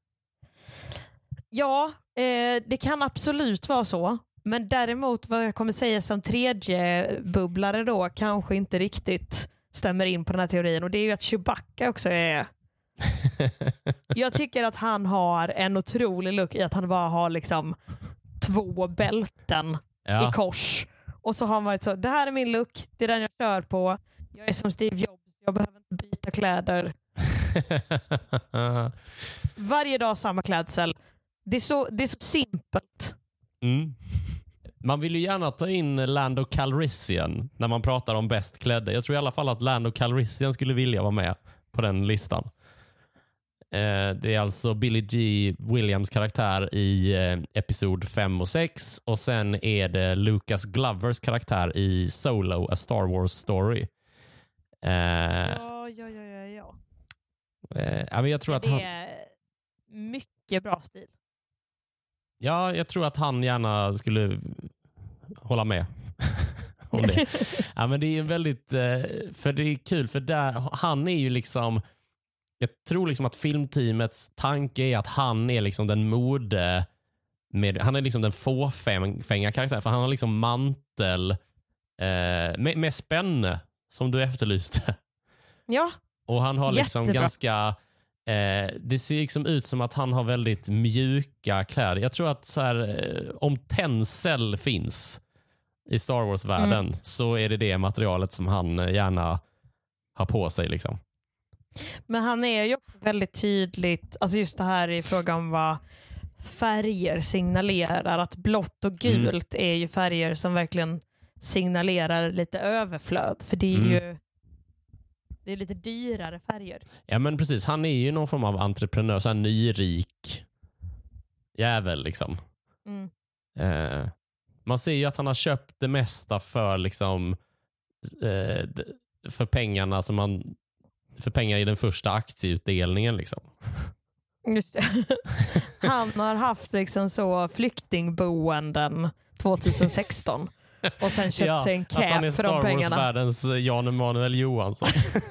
Ja, eh, det kan absolut vara så. Men däremot vad jag kommer säga som tredje bubblare då kanske inte riktigt stämmer in på den här teorin. Och det är ju att Chewbacca också är... Jag tycker att han har en otrolig look i att han bara har liksom två bälten Ja. i kors. Och så har han varit så, det här är min look, det är den jag kör på. Jag är som Steve Jobs, jag behöver inte byta kläder. Varje dag samma klädsel. Det är så, det är så simpelt. Mm. Man vill ju gärna ta in Lando Calrissian när man pratar om bäst klädda. Jag tror i alla fall att Lando Calrissian skulle vilja vara med på den listan. Eh, det är alltså Billy G. Williams karaktär i eh, episod fem och sex och sen är det Lucas Glovers karaktär i Solo, A Star Wars Story. Eh, Ja, ja, ja, ja, ja. eh, ja, men jag tror att Det han... är mycket bra stil. Ja, jag tror att han gärna skulle hålla med om det. Ja, men det är en väldigt, eh, för det är kul för där, han är ju liksom, jag tror liksom att filmteamets tanke är att han är liksom den mode med, han är liksom den fåfänga karaktären för han har liksom mantel eh, med, med spänne som du efterlyste. Ja. Och han har liksom Jättebra. ganska eh, det ser liksom ut som att han har väldigt mjuka kläder. Jag tror att så här, eh, om Tencel finns i Star Wars-världen Mm. så är det det materialet som han eh, gärna har på sig liksom. Men han är ju också väldigt tydligt, alltså just det här i fråga om vad färger signalerar, att blått och gult mm. är ju färger som verkligen signalerar lite överflöd, för det är mm. ju det är lite dyrare färger. Ja men precis, han är ju någon form av entreprenör, så här nyrik jävel liksom. Mm. Eh, man ser ju att han har köpt det mesta för liksom eh, för pengarna som man för pengar i den första aktieutdelningen liksom. Just det. Han har haft liksom så flyktingboenden tjugohundrasexton och sen köpt ja, sig en cap för de pengarna. Att han är Star Wars-världens Jan Emanuel Johansson.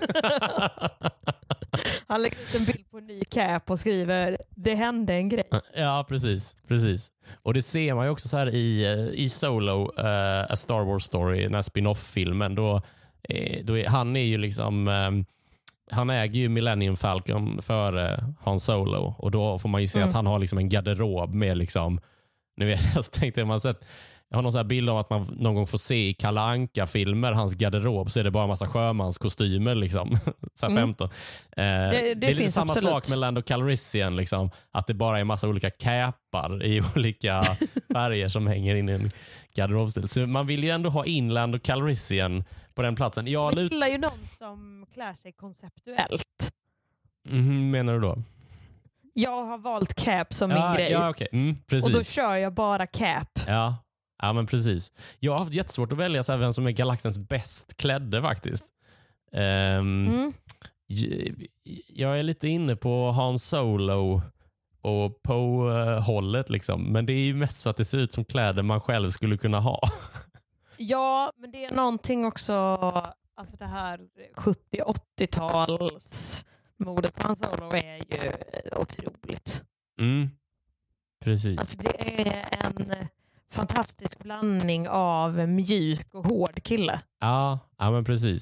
Han lägger ut en bild på en ny cap och skriver det hände en grej. Ja, precis. precis. Och det ser man ju också så här i, i Solo, uh, A Star Wars Story, den här spin-off-filmen. Då, eh, då är, han är ju liksom... Um, han äger ju Millennium Falcon före Han Solo. Och då får man ju se mm. att han har liksom en garderob med liksom... Nu vet jag, så tänkte jag, man sett... Jag har någon sån här bild om att man någon gång får se i Kalle Anka-filmer hans garderob, så är det bara en massa sjömanskostymer liksom. Så här femton. Mm. Eh, det, det, det är lite samma absolut. sak med Lando Calrissian liksom, att det bara är en massa olika käpar i olika färger som hänger in i en garderobstil. Så man vill ju ändå ha in Lando Calrissian på den platsen. Jag lut- gillar ju någon som klär sig konceptuellt. Mm, menar du då? Jag har valt cap som ja, min grej. Ja, okay. mm, precis. Och då kör jag bara cap. Ja. Ja, men precis. Jag har haft jättesvårt att välja så här vem som är galaxens bäst klädde faktiskt. Um, mm. Jag är lite inne på Han Solo och på uh, hållet liksom. Men det är ju mest för att det ser ut som kläder man själv skulle kunna ha. Ja, men det är någonting också, alltså det här sjuttio-åttio-tals modet på Han Solo är ju otroligt. Mm. Precis. Alltså det är en fantastisk blandning av mjuk och hård kille. Ja, ja men precis.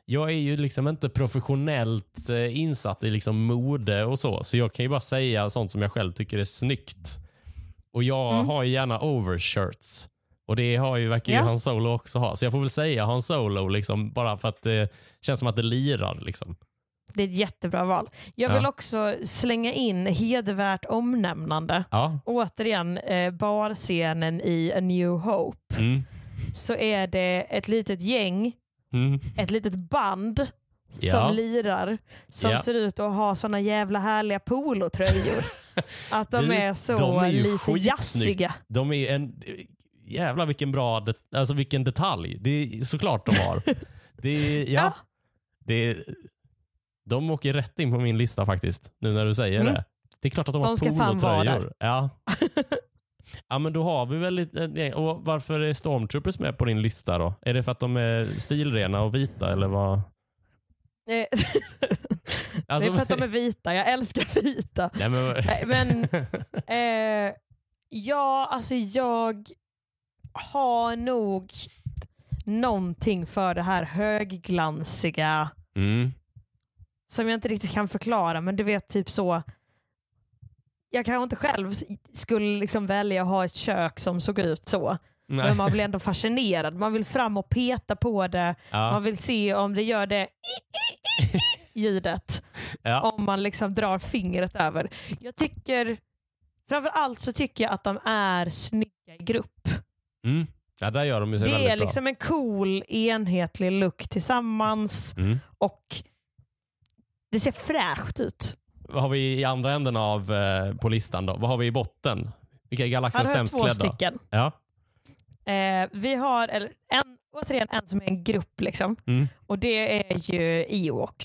jag är ju liksom inte professionellt eh, insatt i liksom mode och så. Så jag kan ju bara säga sånt som jag själv tycker är snyggt. Och jag mm. har ju gärna overshirts. Och det har ju verkligen ja. Han Solo också ha. Så jag får väl säga Han Solo liksom, bara för att det känns som att det lirar liksom. Det är ett jättebra val. Jag vill ja. också slänga in hedervärt omnämnande. Ja. Återigen, eh, barscenen i A New Hope. Mm. Så är det ett litet gäng, mm. ett litet band ja. som lirar. Som ja. ser ut att ha såna jävla härliga polotröjor. Att de du, är så de är lite jazziga. De är en... Jävlar vilken bra... Det, alltså vilken detalj. Det är såklart de har. Det är, ja. ja. Det är... De åker rätt in på min lista faktiskt, nu när du säger mm. det. Det är klart att de, de har polotröjor. Ja. Ja, men då har vi väl lite... Och varför är Stormtroopers med på din lista då? Är det för att de är stilrena och vita, eller vad? Alltså, det är för att de är vita. Jag älskar vita. Nej, men men eh, ja, alltså jag har nog någonting för det här högglansiga... Mm. Som jag inte riktigt kan förklara, men du vet typ så. Jag kanske inte själv skulle liksom välja att ha ett kök som såg ut så. Nej. Men man blir ändå fascinerad. Man vill fram och peta på det. Ja. Man vill se om det gör det ljudet. Ja. Om man liksom drar fingret över. Jag tycker, framförallt så tycker jag att de är snygga i grupp. Mm. Ja, där gör de ju sig det väldigt är bra. liksom en cool, enhetlig look tillsammans. Mm. Och det ser fräscht ut. Vad har vi i andra änden av eh, på listan då? Vad har vi i botten? Vilka är galaxen sämst klädda? Här har två stycken. Ja. Eh, vi har eller, en, återigen en som är en grupp liksom. Mm. Och det är ju Ewoks.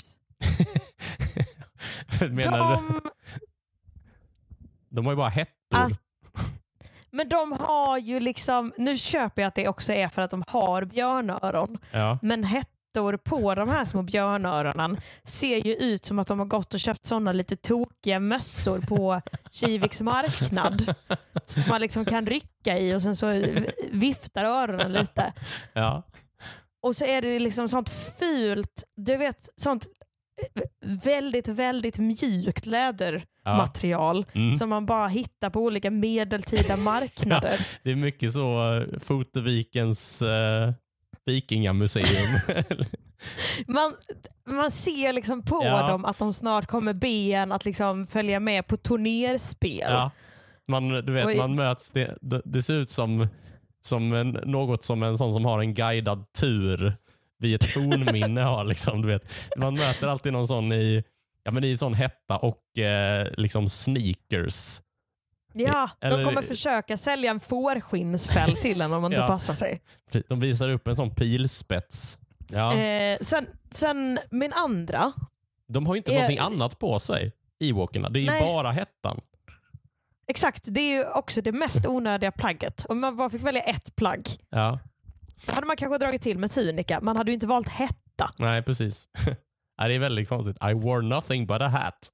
Menar de... du? De har ju bara hettor. Alltså, men de har ju liksom, nu köper jag att det också är för att de har björnöron. Ja. Men hettor på de här små björnöronen ser ju ut som att de har gått och köpt sådana lite tokiga mössor på Kiviks marknad som man liksom kan rycka i och sen så viftar öronen lite. Ja. Och så är det liksom sånt fult, du vet, sånt väldigt, väldigt mjukt lädermaterial ja. mm. som man bara hittar på olika medeltida marknader. Ja, det är mycket så uh, Fotevikens uh, vikingamuseum. man, man ser liksom på ja. dem att de snart kommer be en att liksom följa med på turnerspel. Ja. Man, du vet, Och, man möts, det, det, det ser ut som, som en, något som en sån som har en guidad tur vid ett fornminne har liksom, du vet. Man möter alltid någon sån i, ja, men i sån hetta och eh, liksom sneakers. Ja, Eller, de kommer försöka sälja en fårskinnsfäll till en om man ja, inte passar sig. De visar upp en sån pilspets. Ja. Eh, sen, sen min andra. De har ju inte är, någonting annat på sig, Ewokerna. Det är nej. ju bara hettan. Exakt, det är ju också det mest onödiga plagget. Om man bara fick välja ett plagg. Ja. Hade man kanske dragit till med tunika. Man hade ju inte valt hetta. Nej, precis. Det är väldigt konstigt. I wore nothing but a hat.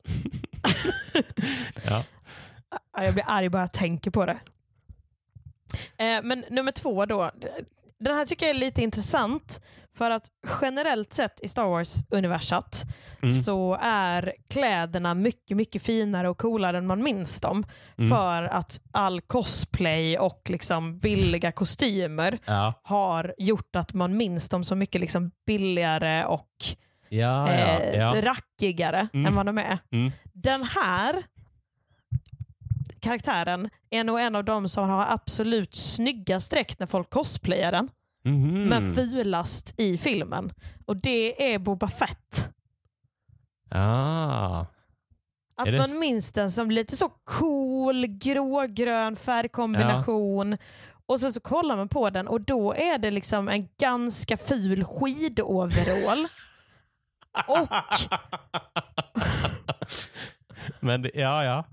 Ja. Jag blir arg bara jag tänker på det. Eh, men nummer två då. Den här tycker jag är lite intressant. För att generellt sett i Star Wars-universat mm. så är kläderna mycket, mycket finare och coolare än man minns dem. Mm. För att all cosplay och liksom billiga kostymer ja. har gjort att man minns dem så mycket liksom billigare och ja, eh, ja, ja. rackigare mm. än vad de är. Mm. Den här karaktären är nog en av dem som har absolut snyggast dräkt när folk cosplayar den. Mm-hmm. Men fulast i filmen. Och det är Boba Fett. Ah. Att man s- minns den som lite så cool, grågrön färgkombination. Ja. Och så, så kollar man på den och då är det liksom en ganska ful skidoverall. Och Men det, ja, ja.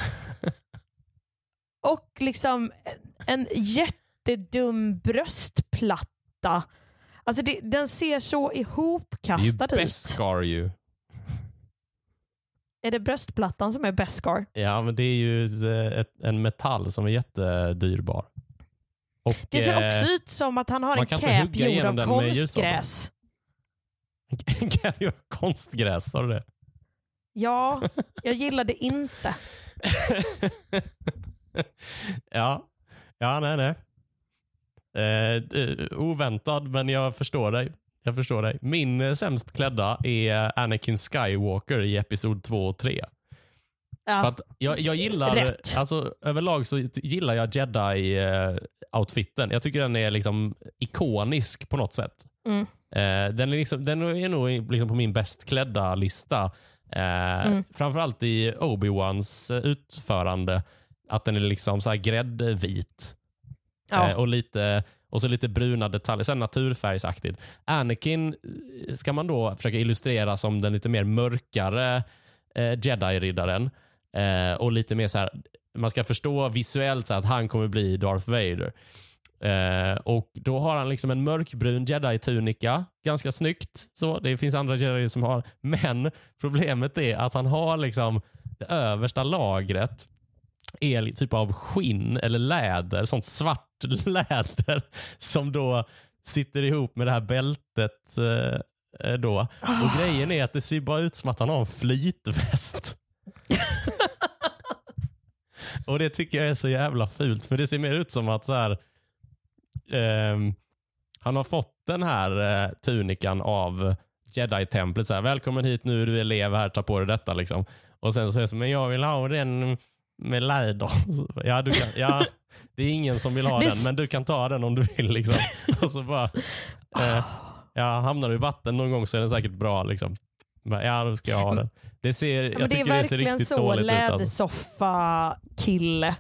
och liksom en jättedum bröstplatta. Alltså det, den ser så ihopkastad ut. Det är ju Beskar ju. Är det bröstplattan som är Beskar? Ja, men det är ju ett, ett, en metall som är jättedyrbar. Och, det ser också ut som att han har en cap gjord av konstgräs. Kan vi ha konstgräs, sa du det? Ja, jag gillar det inte. ja, ja, nej, nej. Eh, oväntad, men jag förstår dig. Jag förstår dig. Min eh, sämst klädda är Anakin Skywalker i episod två och tre. Ja, För att jag, jag gillar, rätt. alltså överlag så gillar jag Jedi-outfiten. Jag tycker den är liksom ikonisk på något sätt. Mm. Eh, den, är liksom, den är nog liksom på min bäst klädda lista. Eh, mm. Framförallt i Obi-Wans utförande. Att den är liksom så här gräddvit. Ja. Eh, och lite... Och så lite bruna detaljer, sen naturfärgsaktigt. Anakin ska man då försöka illustrera som den lite mer mörkare eh, Jedi-riddaren. Eh, och lite mer så här, man ska förstå visuellt så här, att han kommer bli Darth Vader. Eh, och då har han liksom en mörkbrun Jedi-tunika. Ganska snyggt. Så det finns andra Jedi som har. Men problemet är att han har liksom det översta lagret är typ av skinn eller läder, sånt svart läder som då sitter ihop med det här bältet eh, då. Oh. Och grejen är att det ser bara ut som att han har en flytväst. Och det tycker jag är så jävla fult, för det ser mer ut som att så här, eh, han har fått den här eh, tunikan av Jedi-templet. Så här, välkommen hit nu, du är elev här, ta på dig detta liksom. Och sen så är det så, men jag vill ha den med läder. Ja, du kan, ja, det är ingen som vill ha den, men du kan ta den om du vill liksom. Och så bara eh, ja, hamnar du i vatten någon gång så är den säkert bra liksom. Men, ja, då ska jag ha den. Det ser, jag men tycker det är det ser verkligen riktigt så dåligt ut. Alltså. Lädersoffa-kille.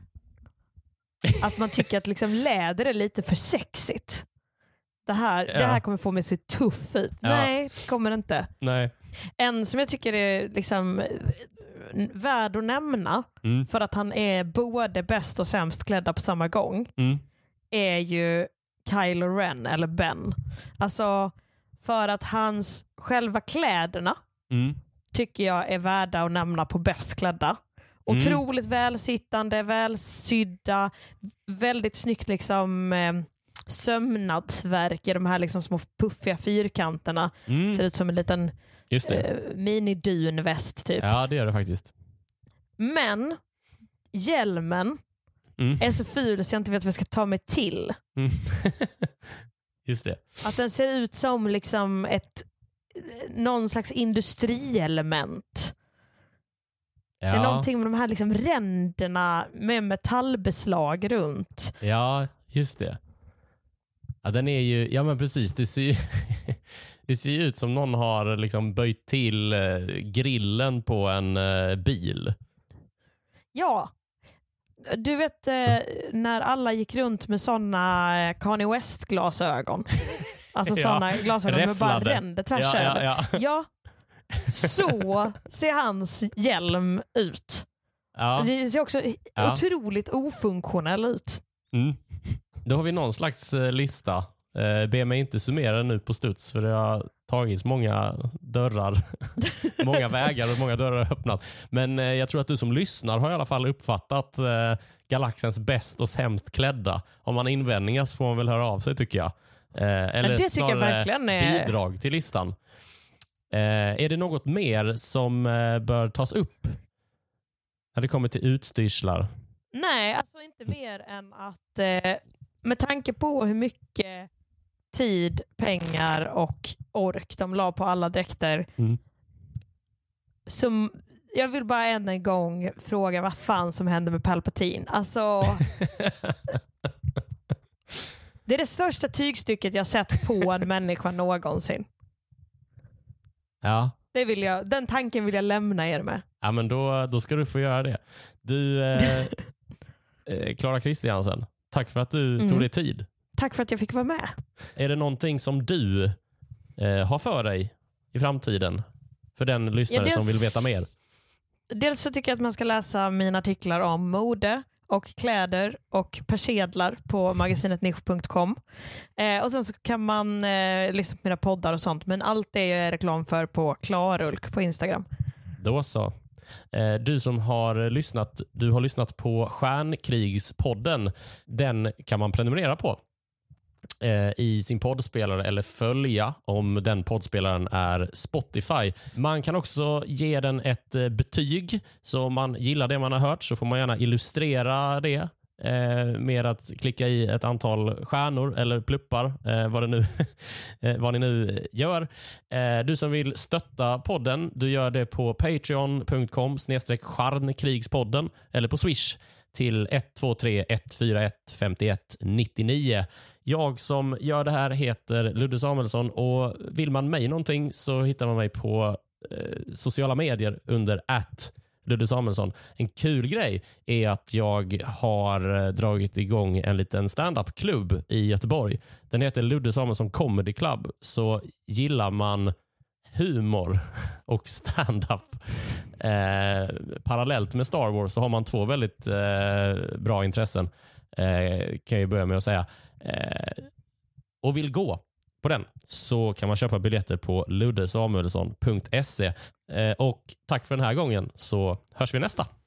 Att man tycker att liksom läder är lite för sexigt. Det här, ja. det här kommer få mig så tuff ut. Ja. Nej, det kommer det inte. Nej. En som jag tycker är liksom värd att nämna mm. för att han är både bäst och sämst klädda på samma gång mm. är ju Kylo Ren eller Ben. Alltså för att hans själva kläderna mm. tycker jag är värda att nämna på bäst klädda. Otroligt mm. välsittande, välsydda, väldigt snyggt liksom eh, sömnadsverk i de här liksom små puffiga fyrkanterna. Mm. Ser ut som en liten eh, mini-dynväst typ. Ja, det gör det faktiskt. Men hjälmen mm. är så ful så jag inte vet vad jag ska ta mig till. Mm. Just det. Att den ser ut som liksom ett någon slags industrielement. Ja. Det är någonting med de här liksom ränderna med metallbeslag runt. Ja, just det. Ja, den är ju, ja men precis, det ser, det ser ut som någon har liksom böjt till grillen på en bil. Ja. Du vet när alla gick runt med sådana Kanye West-glasögon. Alltså sådana ja, glasögon räfflade. Med bara ränder tvärs ja, över. Ja, ja. ja. Så ser hans hjälm ut. Ja. Det ser också ja. otroligt ofunktionell ut. Mm. Då har vi någon slags eh, lista. Eh, be mig inte summera nu på studs för det har tagits många dörrar. många vägar och många dörrar har öppnat. Men eh, jag tror att du som lyssnar har i alla fall uppfattat eh, galaxens bäst och sämst klädda. Om man har invändningar så får man väl höra av sig tycker jag. Eh, eller det tycker jag verkligen är... bidrag till listan. Eh, är det något mer som eh, bör tas upp när det kommer till utstyrslar? Nej, alltså inte mer än att eh, med tanke på hur mycket tid, pengar och ork de la på alla dräkter mm. som jag vill bara än en gång fråga vad fan som hände med Palpatine. Alltså det är det största tygstycket jag sett på en människa någonsin. Ja. Det vill jag, den tanken vill jag lämna er med. Ja, men då, då ska du få göra det. Du, eh, Clara Kristiansen, tack för att du mm. tog dig tid. Tack för att jag fick vara med. Är det någonting som du eh, har för dig i framtiden? För den lyssnare ja, dels, som vill veta mer. Dels så tycker jag att man ska läsa mina artiklar om mode och kläder och persedlar på magasinet nisch punkt com. Eh, och sen så kan man eh, lyssna på mina poddar och sånt. Men allt det är reklam för på Klarulk på Instagram. Då så. Eh, du som har lyssnat, du har lyssnat på Stjärnkrigspodden. Den kan man prenumerera på. eh, i sin poddspelare eller följa om den poddspelaren är Spotify. Man kan också ge den ett eh, betyg, så om man gillar det man har hört så får man gärna illustrera det Eh, med att klicka i ett antal stjärnor eller pluppar, eh, vad, det nu, eh, vad ni nu gör. Eh, du som vill stötta podden, du gör det på patreon punkt com snedstreck stjärnkrigspodden eller på Swish till ett två tre ett fyra ett fem ett nio nio. Jag som gör det här heter Ludde Samuelsson, och vill man mig någonting så hittar man mig på eh, sociala medier under at Ludde Samuelsson. En kul grej är att jag har dragit igång en liten stand-up-klubb i Göteborg. Den heter Ludde Samuelsson Comedy Club. Så gillar man humor och stand-up eh, parallellt med Star Wars så har man två väldigt eh, bra intressen, eh, kan jag börja med att säga. Eh, och vill gå på den så kan man köpa biljetter på luddesamuelsson punkt se. Eh, och tack för den här gången, så hörs vi nästa.